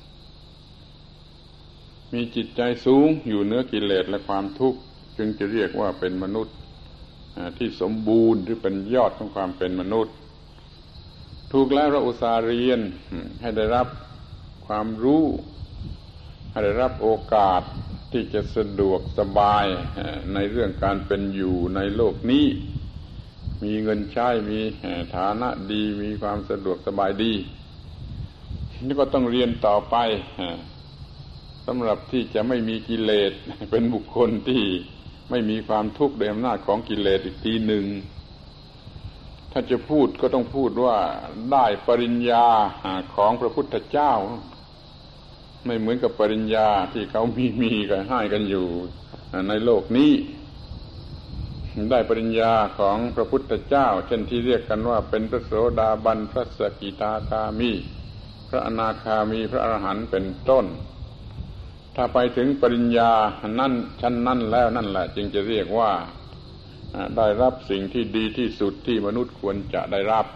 มีจิตใจสูงอยู่เหนือกิเลสและความทุกข์จึงจะเรียกว่าเป็นมนุษย์ที่สมบูรณ์หรือเป็นยอดของความเป็นมนุษย์ถูกแล้วเราอุตส่าห์เรียนให้ได้รับความรู้ให้ได้รับโอกาสที่จะสะดวกสบายในเรื่องการเป็นอยู่ในโลกนี้มีเงินใช้มีฐานะดีมีความสะดวกสบายดีนี่ก็ต้องเรียนต่อไปสำหรับที่จะไม่มีกิเลสเป็นบุคคลที่ไม่มีความทุกข์โดยอำนาจของกิเลสอีกทีหนึ่งถ้าจะพูดก็ต้องพูดว่าได้ปริญญาของพระพุทธเจ้าไม่เหมือนกับปริญญาที่เขามีมีกันให้กันอยู่ในโลกนี้ได้ปริญญาของพระพุทธเจ้าเช่นที่เรียกกันว่าเป็นพระโสดาบันพระสกิทาคามีพระอนาคามีพระอรหันต์เป็นต้นถ้าไปถึงปริญญานั่นชั้นนั้นแล้วนั่นแหละจึงจะเรียกว่าได้รับสิ่งที่ดีที่สุดที่มนุษย์ควรจะได้รับ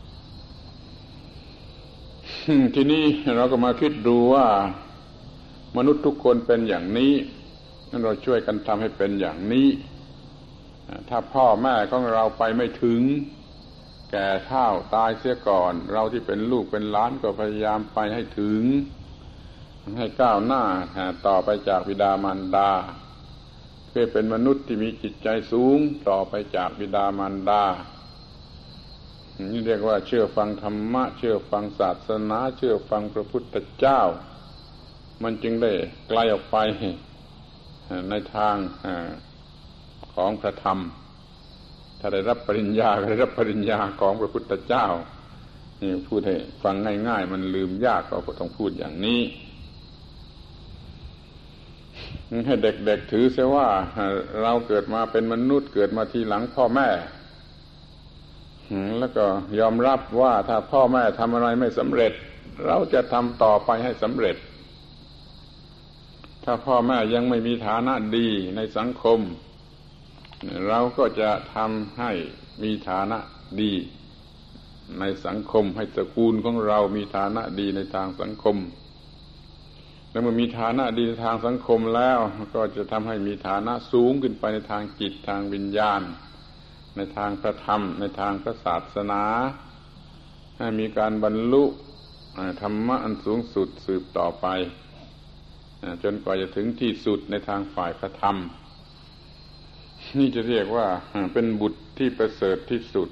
ทีนี้เราก็มาคิดดูว่ามนุษย์ทุกคนเป็นอย่างนี้งั้นเราช่วยกันทำให้เป็นอย่างนี้ถ้าพ่อแม่ของเราไปไม่ถึงแก่เฒ่าตายเสียก่อนเราที่เป็นลูกเป็นหลานก็พยายามไปให้ถึงให้ก้าวหน้าต่อไปจากบิดามารดาเพื่อเป็นมนุษย์ที่มีจิตใจสูงต่อไปจากบิดามารดานี่เรียกว่าเชื่อฟังธรรมะเชื่อฟังศาสนาเชื่อฟังพระพุทธเจ้ามันจึงได้ไกลออกไปในทางของพระธรรมถ้าได้รับปริญญาก็ได้รับปริญญาของพระพุทธเจ้านี่พูดให้ฟังง่ายๆมันลืมยากก็ต้องพูดอย่างนี้ให้เด็กๆถือเสียว่าเราเกิดมาเป็นมนุษย์เกิดมาทีหลังพ่อแม่แล้วก็ยอมรับว่าถ้าพ่อแม่ทำอะไรไม่สำเร็จเราจะทำต่อไปให้สำเร็จถ้าพ่อแม่ยังไม่มีฐานะดีในสังคมเราก็จะทำให้มีฐานะดีในสังคมให้ตระกูลของเรามีฐานะดีในทางสังคมแล้วเมื่อมีฐานะดีในทางสังคมแล้วก็จะทำให้มีฐานะสูงขึ้นไปในทางจิตทางวิญญาณในทางพระธรรมในทางพระศาสนาให้มีการบรรลุธรรมะอันสูงสุดสืบต่อไปจนกว่าจะถึงที่สุดในทางฝ่ายพระธรรมนี่จะเรียกว่าเป็นบุตรที่ประเสริฐที่สุด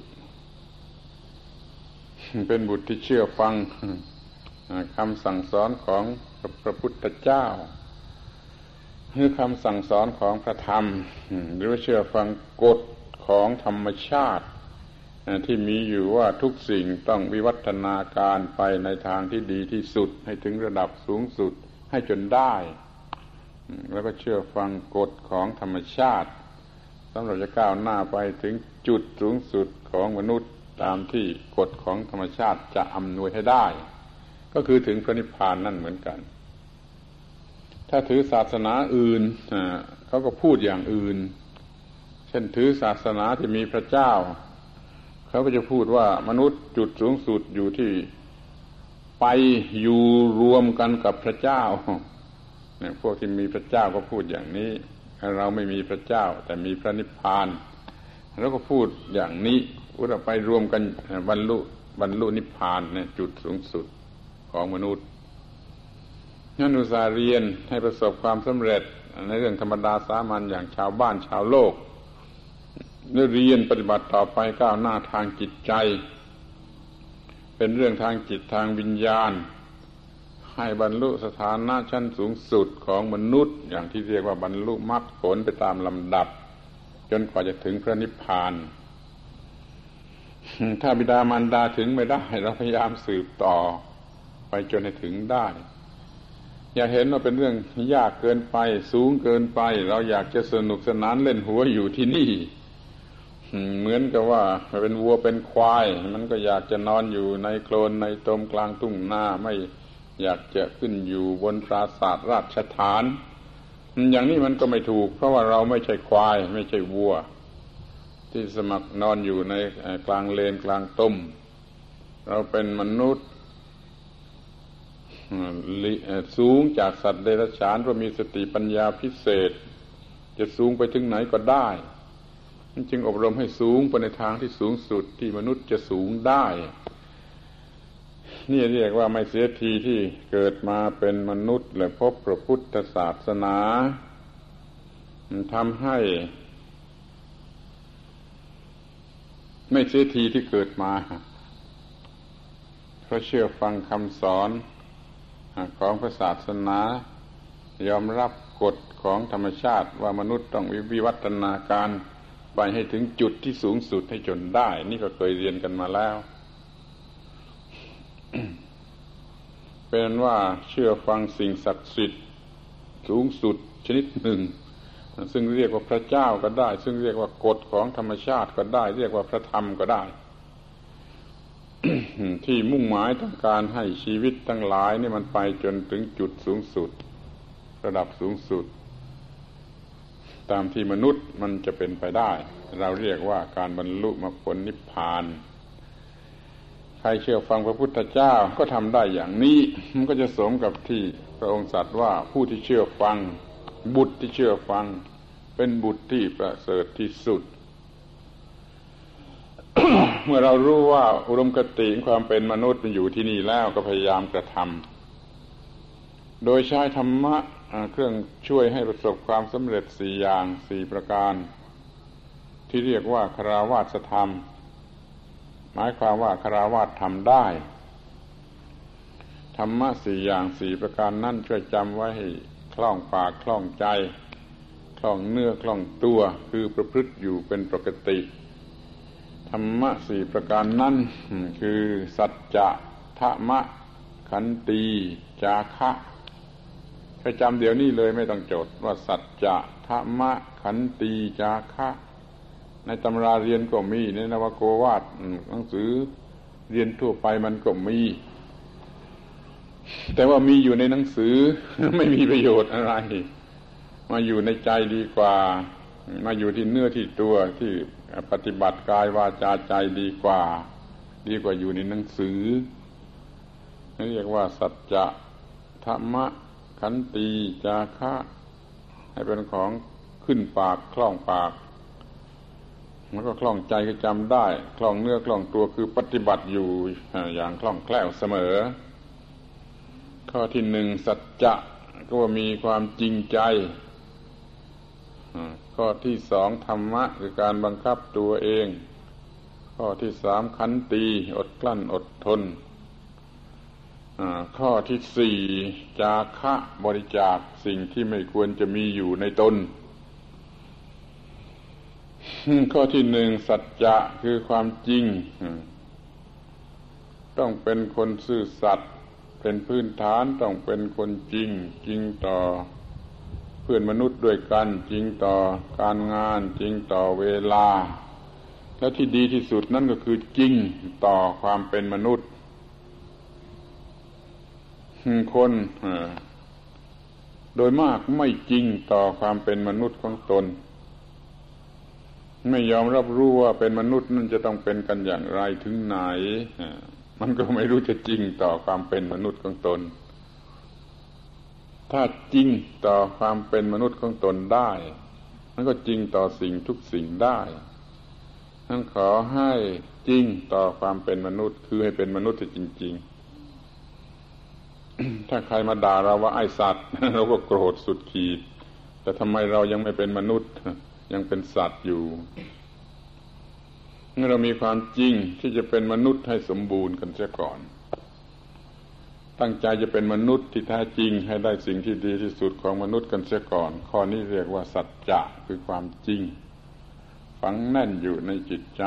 เป็นบุตรที่เชื่อฟังคำสั่งสอนของพระพุทธเจ้าหรือคำสั่งสอนของพระธรรมหรือเชื่อฟังกฎของธรรมชาติที่มีอยู่ว่าทุกสิ่งต้องวิวัฒนาการไปในทางที่ดีที่สุดให้ถึงระดับสูงสุดให้จนได้แล้วก็เชื่อฟังกฎของธรรมชาติสำหรับจะก้าวหน้าไปถึงจุดสูงสุดของมนุษย์ตามที่กฎของธรรมชาติจะอำนวยให้ได้ก็คือถึงพระนิพพานนั่นเหมือนกันถ้าถือศาสนาอื่นเขาก็พูดอย่างอื่นเช่นถือศาสนาที่มีพระเจ้าเขาก็จะพูดว่ามนุษย์จุดสูงสุดอยู่ที่ไปอยู่รวมกันกับพระเจ้าเนี่ยพวกที่มีพระเจ้าก็พูดอย่างนี้เราไม่มีพระเจ้าแต่มีพระนิพพานแล้วก็พูดอย่างนี้พูดไปรวมกันบรรลุบรรลุนิพพานเนี่ยจุดสูงสุดของมนุษย์งั้นอุตส่าห์เรียนให้ประสบความสำเร็จในเรื่องธรรมดาสามัญอย่างชาวบ้านชาวโลกได้เรียนปฏิบัติต่อไปก้าวหน้าทางจิตใจเป็นเรื่องทางจิตทางวิญญาณให้บรรลุสถานะชั้นสูงสุดของมนุษย์อย่างที่เรียกว่าบรรลุมรรคผลไปตามลำดับจนกว่าจะถึงพระนิพพานถ้าบิดามารดาถึงไม่ได้เราพยายามสืบต่อไปจนให้ถึงได้อย่าเห็นว่าเป็นเรื่องยากเกินไปสูงเกินไปเราอยากจะสนุกสนานเล่นหัวอยู่ที่นี่เหมือนกับว่าเป็นวัวเป็นควายมันก็อยากจะนอนอยู่ในโคลนในตมกลางทุ่งนาไม่อยากจะขึ้นอยู่บนปราสาทราชฐานอย่างนี้มันก็ไม่ถูกเพราะว่าเราไม่ใช่ควายไม่ใช่วัวที่สมัครนอนอยู่ในกลางเลนกลางต้มเราเป็นมนุษย์สูงจากสัตว์เดรัจฉานเพราะมีสติปัญญาพิเศษจะสูงไปถึงไหนก็ได้จึงอบรมให้สูงไปในทางที่สูงสุดที่มนุษย์จะสูงได้นี่เรียกว่าไม่เสียทีที่เกิดมาเป็นมนุษย์และพบพระพุทธศาสนาทำให้ไม่เสียทีที่เกิดมาเพราะเชื่อฟังคำสอนของพระศาสนายอมรับกฎของธรรมชาติว่ามนุษย์ต้องวิวัฒนาการไปให้ถึงจุดที่สูงสุดให้จนได้นี่ก็เคยเรียนกันมาแล้ว เป็นว่าเชื่อฟังสิ่งศักดิ์สิทธิ์สูงสุดชนิดหนึ่งซึ่งเรียกว่าพระเจ้าก็ได้ซึ่งเรียกว่ากฎของธรรมชาติก็ได้เรียกว่าพระธรรมก็ได้ ที่มุ่งหมายต้องการให้ชีวิตทั้งหลายนี่มันไปจนถึงจุดสูงสุดระดับสูงสุดตามที่มนุษย์มันจะเป็นไปได้เราเรียกว่าการบรรลุมรรคผลนิพพานใครเชื่อฟังพระพุทธเจ้าก็ทำได้อย่างนี้มันก็จะสมกับที่พระองค์ตรัสว่าผู้ที่เชื่อฟังบุตรที่เชื่อฟังเป็นบุตรที่ประเสริฐที่สุด เมื่อเรารู้ว่าอุดมคติความเป็นมนุษย์มันอยู่ที่นี่แล้วก็พยายามกระทำโดยใช้ธรรมะเครื่องช่วยให้ประสบความสำเร็จสี่อย่างสี่ประการที่เรียกว่าคฤหัสถธรรมหมายความว่าคฤหัสถ์ทำได้ธรรมะสี่อย่างสี่ประการนั่นช่วยจำไว้ให้คล่องปากคล่องใจคล่องเนื้อคล่องตัวคือประพฤติอยู่เป็นปกติธรรมะสี่ประการนั้นคือสัจจะธรรมะขันติจาคะให้จำเดี๋ยวนี้เลยไม่ต้องจดว่าสัจจะธรรมะขันติจาคะในตำราเรียนก็มีในนวโกวาทหนังสือเรียนทั่วไปมันก็มีแต่ว่ามีอยู่ในหนังสือไม่มีประโยชน์อะไรมาอยู่ในใจดีกว่ามาอยู่ที่เนื้อที่ตัวที่ปฏิบัติกายวาจาใจดีกว่าดีกว่าอยู่ในหนังสือเรียกว่าสัจจะธรรมะขันติจาคะให้เป็นของขึ้นปากคล่องปากแล้วก็คล่องใจก็จำได้คล่องเนื้อคล่องตัวคือปฏิบัติอยู่อย่างคล่องแคล่วเสมอข้อที่หนึ่งสัจจะก็ว่ามีความจริงใจข้อที่สองธรรมะคือการบังคับตัวเองข้อที่สามขันติอดกลั้นอดทนข้อที่สี่จาคะบริจาคสิ่งที่ไม่ควรจะมีอยู่ในตนข้อที่หนึ่งสัจจะคือความจริงต้องเป็นคนซื่อสัตย์เป็นพื้นฐานต้องเป็นคนจริงจริงต่อเพื่อนมนุษย์ด้วยกันจริงต่อการงานจริงต่อเวลาและที่ดีที่สุดนั่นก็คือจริงต่อความเป็นมนุษย์คนโดยมากไม่จริงต่อความเป็นมนุษย์ของตนไม่ยอมรับรู้ว่าเป็นมนุษย์นั่นจะต้องเป็นกันอย่างไรถึงไหนมันก็ไม่รู้จะจริงต่อความเป็นมนุษย์ของตนถ้าจริงต่อความเป็นมนุษย์ของตนได้มันก็จริงต่อสิ่งทุกสิ่งได้นั่นขอให้จริงต่อความเป็นมนุษย์คือให้เป็นมนุษย์จริงๆ ถ้าใครมาด่าเราว่าไอ้สัตว์ เราก็โกรธสุดขีดแต่ทำไมเรายังไม่เป็นมนุษย์ยังเป็นสัตว์อยู่เมื่อเรามีความจริงที่จะเป็นมนุษย์ให้สมบูรณ์กันเสียก่อนตั้งใจจะเป็นมนุษย์ที่แท้จริงให้ได้สิ่งที่ดีที่สุดของมนุษย์กันเสียก่อนข้อนี้เรียกว่าสัจจะคือความจริงฝังแน่นอยู่ในจิตใจ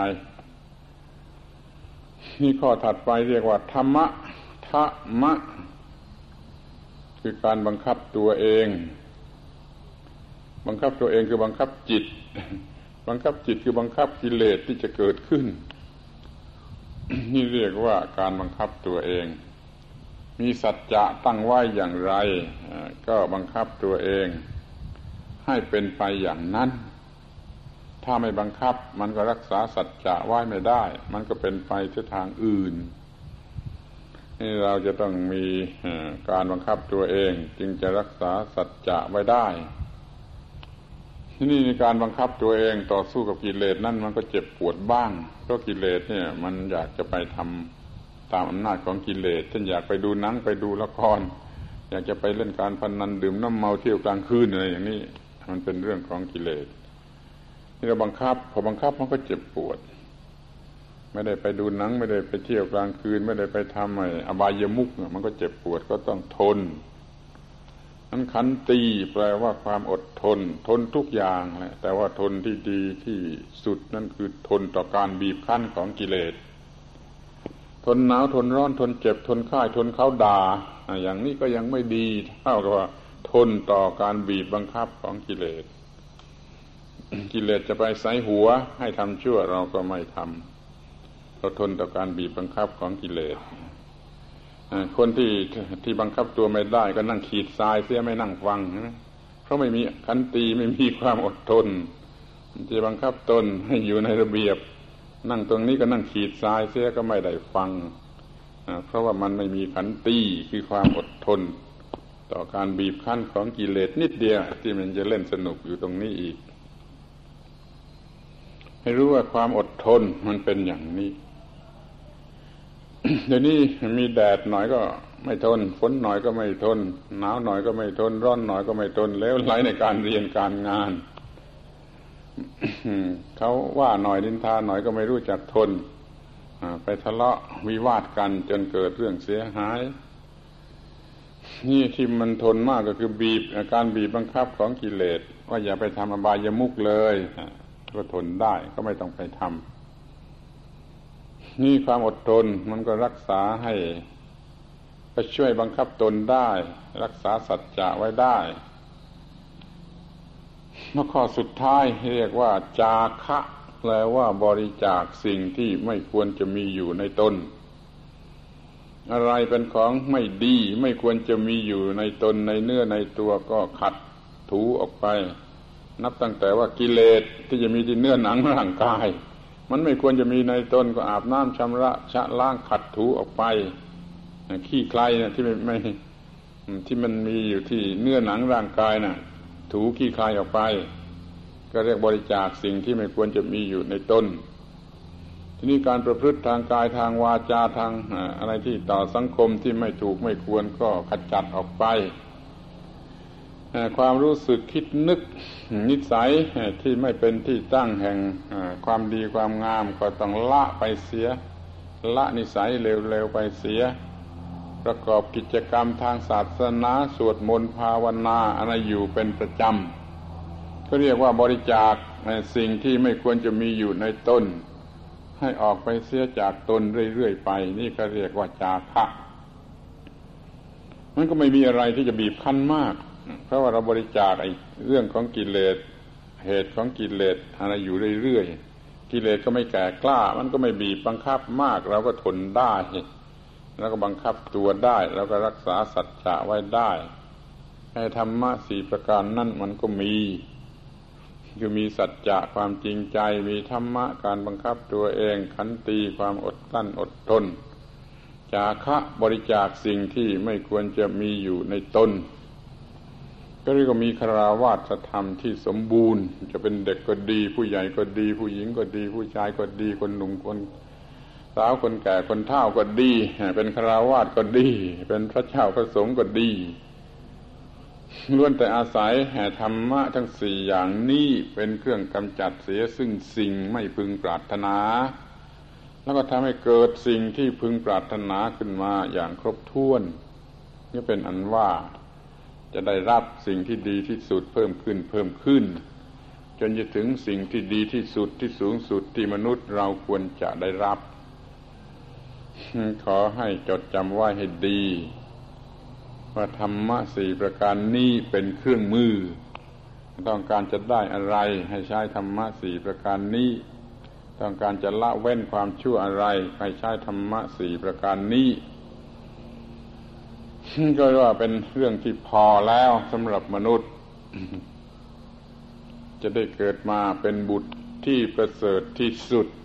นี่ข้อถัดไปเรียกว่าธรรมะธรรมะคือการบังคับตัวเองบังคับตัวเองคือบังคับจิตบังคับจิตคือบังคับกิเลสที่จะเกิดขึ้นนี่เรียกว่าการบังคับตัวเองมีสัจจะตั้งไว้อย่างไรก็บังคับตัวเองให้เป็นไปอย่างนั้นถ้าไม่บังคับมันก็รักษาสัจจะไว้ไม่ได้มันก็เป็นไปทิศทางอื่นนี่เราจะต้องมีการบังคับตัวเองจึงจะรักษาสัจจะไว้ได้ที่นี่ในการบังคับตัวเองต่อสู้กับกิเลสนั่นมันก็เจ็บปวดบ้างเพราะกิเลสเนี่ยมันอยากจะไปทำตามอำนาจของกิเลสเช่นอยากไปดูหนังไปดูละครอยากจะไปเล่นการพนันดื่มน้ำเมาเที่ยวกลางคืนอะไรอย่างนี้มันเป็นเรื่องของกิเลสที่เราบังคับพอบังคับมันก็เจ็บปวดไม่ได้ไปดูหนังไม่ได้ไปเที่ยวกลางคืนไม่ได้ไปทำอะไรอบายมุขมันก็เจ็บปวดก็ต้องทนนั้นขันติแปลว่าความอดทนทนทุกอย่างแหละแต่ว่าทนที่ดีที่สุดนั่นคือทนต่อการบีบคั้นของกิเลสทนหนาวทนร้อนทนเจ็บทนไข้ทนเขาด่าอย่างนี้ก็ยังไม่ดีเท่ากับว่าทนต่อการบีบบังคับของกิเลสกิเลสจะไปใส่หัวให้ทำชั่วเราก็ไม่ทำเราทนต่อการบีบบังคับของกิเลสคนที่ที่บังคับตัวไม่ได้ก็นั่งขีดทรายเสียไม่นั่งฟังเพราะไม่มีขันติไม่มีความอดทนจะบังคับตนให้อยู่ในระเบียบนั่งตรงนี้ก็นั่งขีดทรายเสียก็ไม่ได้ฟังเพราะว่ามันไม่มีขันติคือความอดทนต่อการบีบคั้นของกิเลสนิดเดียวที่มันจะเล่นสนุกอยู่ตรงนี้อีกให้รู้ว่าความอดทนมันเป็นอย่างนี้ เดี๋ยวนี้มีแดดหน่อยก็ไม่ทนฝนหน่อยก็ไม่ทนหนาวหน่อยก็ไม่ทนร้อนหน่อยก็ไม่ทนเลวไหลในการเรียนการงาน เขาว่าหน่อยนินทาหน่อยก็ไม่รู้จักทนไปทะเลาะวิวาทกันจนเกิดเรื่องเสียหายนี่ที่มันทนมากก็คือบีบการบีบบังคับของกิเลสว่าอย่าไปทำอบายมุขเลยก็ทนได้ก็ไม่ต้องไปทำนี่ความอดทนมันก็รักษาให้ก็ช่วยบังคับตนได้รักษาสัจจะไว้ได้แล้วข้อสุดท้ายเรียกว่าจาคะแปลว่าบริจาคสิ่งที่ไม่ควรจะมีอยู่ในตนอะไรเป็นของไม่ดีไม่ควรจะมีอยู่ในตนในเนื้อในตัวก็ขัดถูออกไปนับตั้งแต่ว่ากิเลสที่จะมีที่เนื้อหนังร่างกายมันไม่ควรจะมีในตนก็อาบน้ำชำระชะล้างขัดถูออกไปขี้ใครเนี่ยที่ไม่ไม่ที่มันมีอยู่ที่เนื้อหนังร่างกายน่ะถูขี้ใครออกไปก็เรียกบริจาคสิ่งที่ไม่ควรจะมีอยู่ในตนทีนี้การประพฤติทางกายทางวาจาทางอะไรที่ต่อสังคมที่ไม่ถูกไม่ควรก็ขจัดออกไปความรู้สึกคิดนึกนิสัยที่ไม่เป็นที่ตั้งแห่งความดีความงามก็ต้องละไปเสียละนิสัยเลวๆไปเสียประกอบกิจกรรมทางศาสนาสวดมนต์ภาวนาอะไรอยู่เป็นประจำก็เรียกว่าบริจาคสิ่งที่ไม่ควรจะมีอยู่ในตนให้ออกไปเสียจากตนเรื่อยๆไปนี่ก็เรียกว่าจาคะมันก็ไม่มีอะไรที่จะบีบคั้นมากเพราะว่าเราบริจาคไอ้เรื่องของกิเลสเหตุของกิเลสอะไรอยู่เรื่อยๆกิเลสก็ไม่แก่กล้ามันก็ไม่บีบบังคับมากเราก็ทนได้แล้วก็บังคับตัวได้แล้วก็รักษาสัจจะไว้ได้ให้ธรรมะสี่ประการนั่นมันก็มีคือมีสัจจะความจริงใจมีธรรมะการบังคับตัวเองขันติความอดกลั้นอดทนจาคะบริจาคสิ่งที่ไม่ควรจะมีอยู่ในตนก็เรียกว่ามีคฤหัสถธรรมที่สมบูรณ์จะเป็นเด็กก็ดีผู้ใหญ่ก็ดีผู้หญิงก็ดีผู้ชายก็ดีคนหนุ่มคนสาวคนแก่คนเฒ่าก็ดีเป็นคฤหัสถ์ก็ดีเป็นพระเจ้าพระสงฆ์ก็ดีล้วนแต่อาศัยธรรมะทั้งสี่อย่างนี้เป็นเครื่องกำจัดเสียซึ่งสิ่งไม่พึงปรารถนาแล้วก็ทำให้เกิดสิ่งที่พึงปรารถนาขึ้นมาอย่างครบถ้วนนี่เป็นอันว่าจะได้รับสิ่งที่ดีที่สุดเพิ่มขึ้นเพิ่มขึ้นจนจะถึงสิ่งที่ดีที่สุดที่สูงสุดที่มนุษย์เราควรจะได้รับขอให้จดจำไว้ให้ดีว่าธรรมะสี่ประการนี้เป็นเครื่องมือต้องการจะได้อะไรให้ใช้ธรรมะสี่ประการนี้ต้องการจะละเว้นความชั่วอะไรให้ใช้ธรรมะสี่ประการนี้ก็ว่าเป็นเรื่องที่พอแล้วสำหรับมนุษย์จะได้เกิดมาเป็นบุตรที่ประเสริฐที่สุด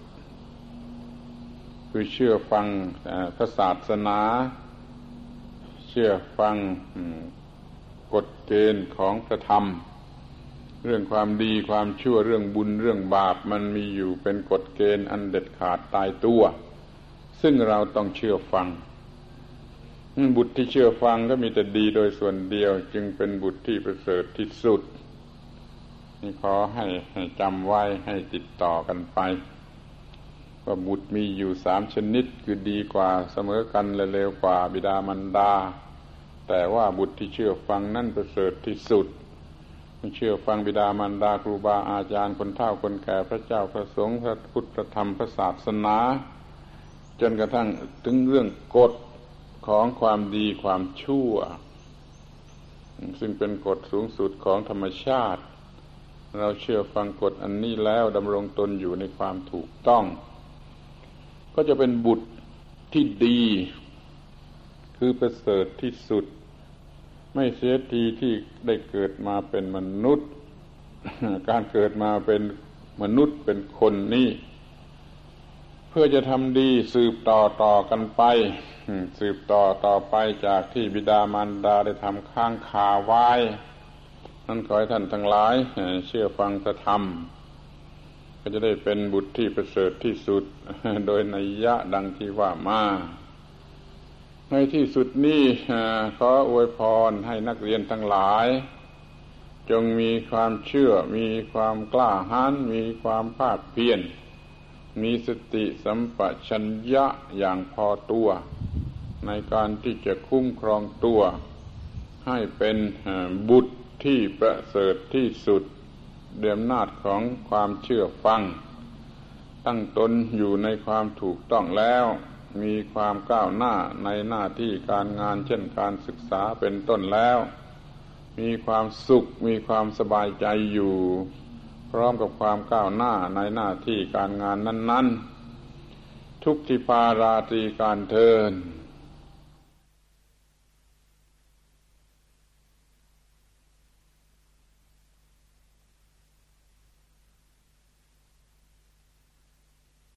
คือเชื่อฟังพระศาสนาเชื่อฟังกฎเกณฑ์ของพระธรรมเรื่องความดีความชั่วเรื่องบุญเรื่องบาปมันมีอยู่เป็นกฎเกณฑ์อันเด็ดขาดตายตัวซึ่งเราต้องเชื่อฟังบุตรที่เชื่อฟังก็มีแต่ดีโดยส่วนเดียวจึงเป็นบุตรที่ประเสริฐที่สุดนี่ขอให้ให้จำไว้ให้ติดต่อกันไปว่าบุตรมีอยู่สามชนิดคือดีกว่าเสมอกันและเลวกว่าบิดามารดาแต่ว่าบุตรที่เชื่อฟังนั่นประเสริฐที่สุดเชื่อฟังบิดามารดาครูบาอาจารย์คนเฒ่าคนแก่พระเจ้าพระสงฆ์พระพุทธพระธรรมพระศาสนาจนกระทั่งถึงเรื่องกฎของความดีความชั่วซึ่งเป็นกฎสูงสุดของธรรมชาติเราเชื่อฟังกฎอันนี้แล้วดำรงตนอยู่ในความถูกต้องก็จะเป็นบุตรที่ดีคือประเสริฐที่สุดไม่เสียทีที่ได้เกิดมาเป็นมนุษย์การเกิดมาเป็นมนุษย์เป็นคนนี่เพื่อจะทำดีสืบต่อต่อกันไปสืบต่อต่อไปจากที่บิดามารดาได้ทำข้างคาไว้นั่นขอให้ท่านทั้งหลายเชื่อฟังพระธรรมก็จะได้เป็นบุตรที่ประเสริฐที่สุดโดยนัยยะดังที่ว่ามาในที่สุดนี้ขออวยพรให้นักเรียนทั้งหลายจงมีความเชื่อมีความกล้าหาญมีความภาคเพียรมีสติสัมปชัญญะอย่างพอตัวในการที่จะคุ้มครองตัวให้เป็นบุตรที่ประเสริฐที่สุดด้วยอำนาจของความเชื่อฟังตั้งตนอยู่ในความถูกต้องแล้วมีความก้าวหน้าในหน้าที่การงานเช่นการศึกษาเป็นต้นแล้วมีความสุขมีความสบายใจอยู่พร้อมกับความก้าวหน้าในหน้าที่การงานนั้นๆทุกทิพาราตรีการเทิน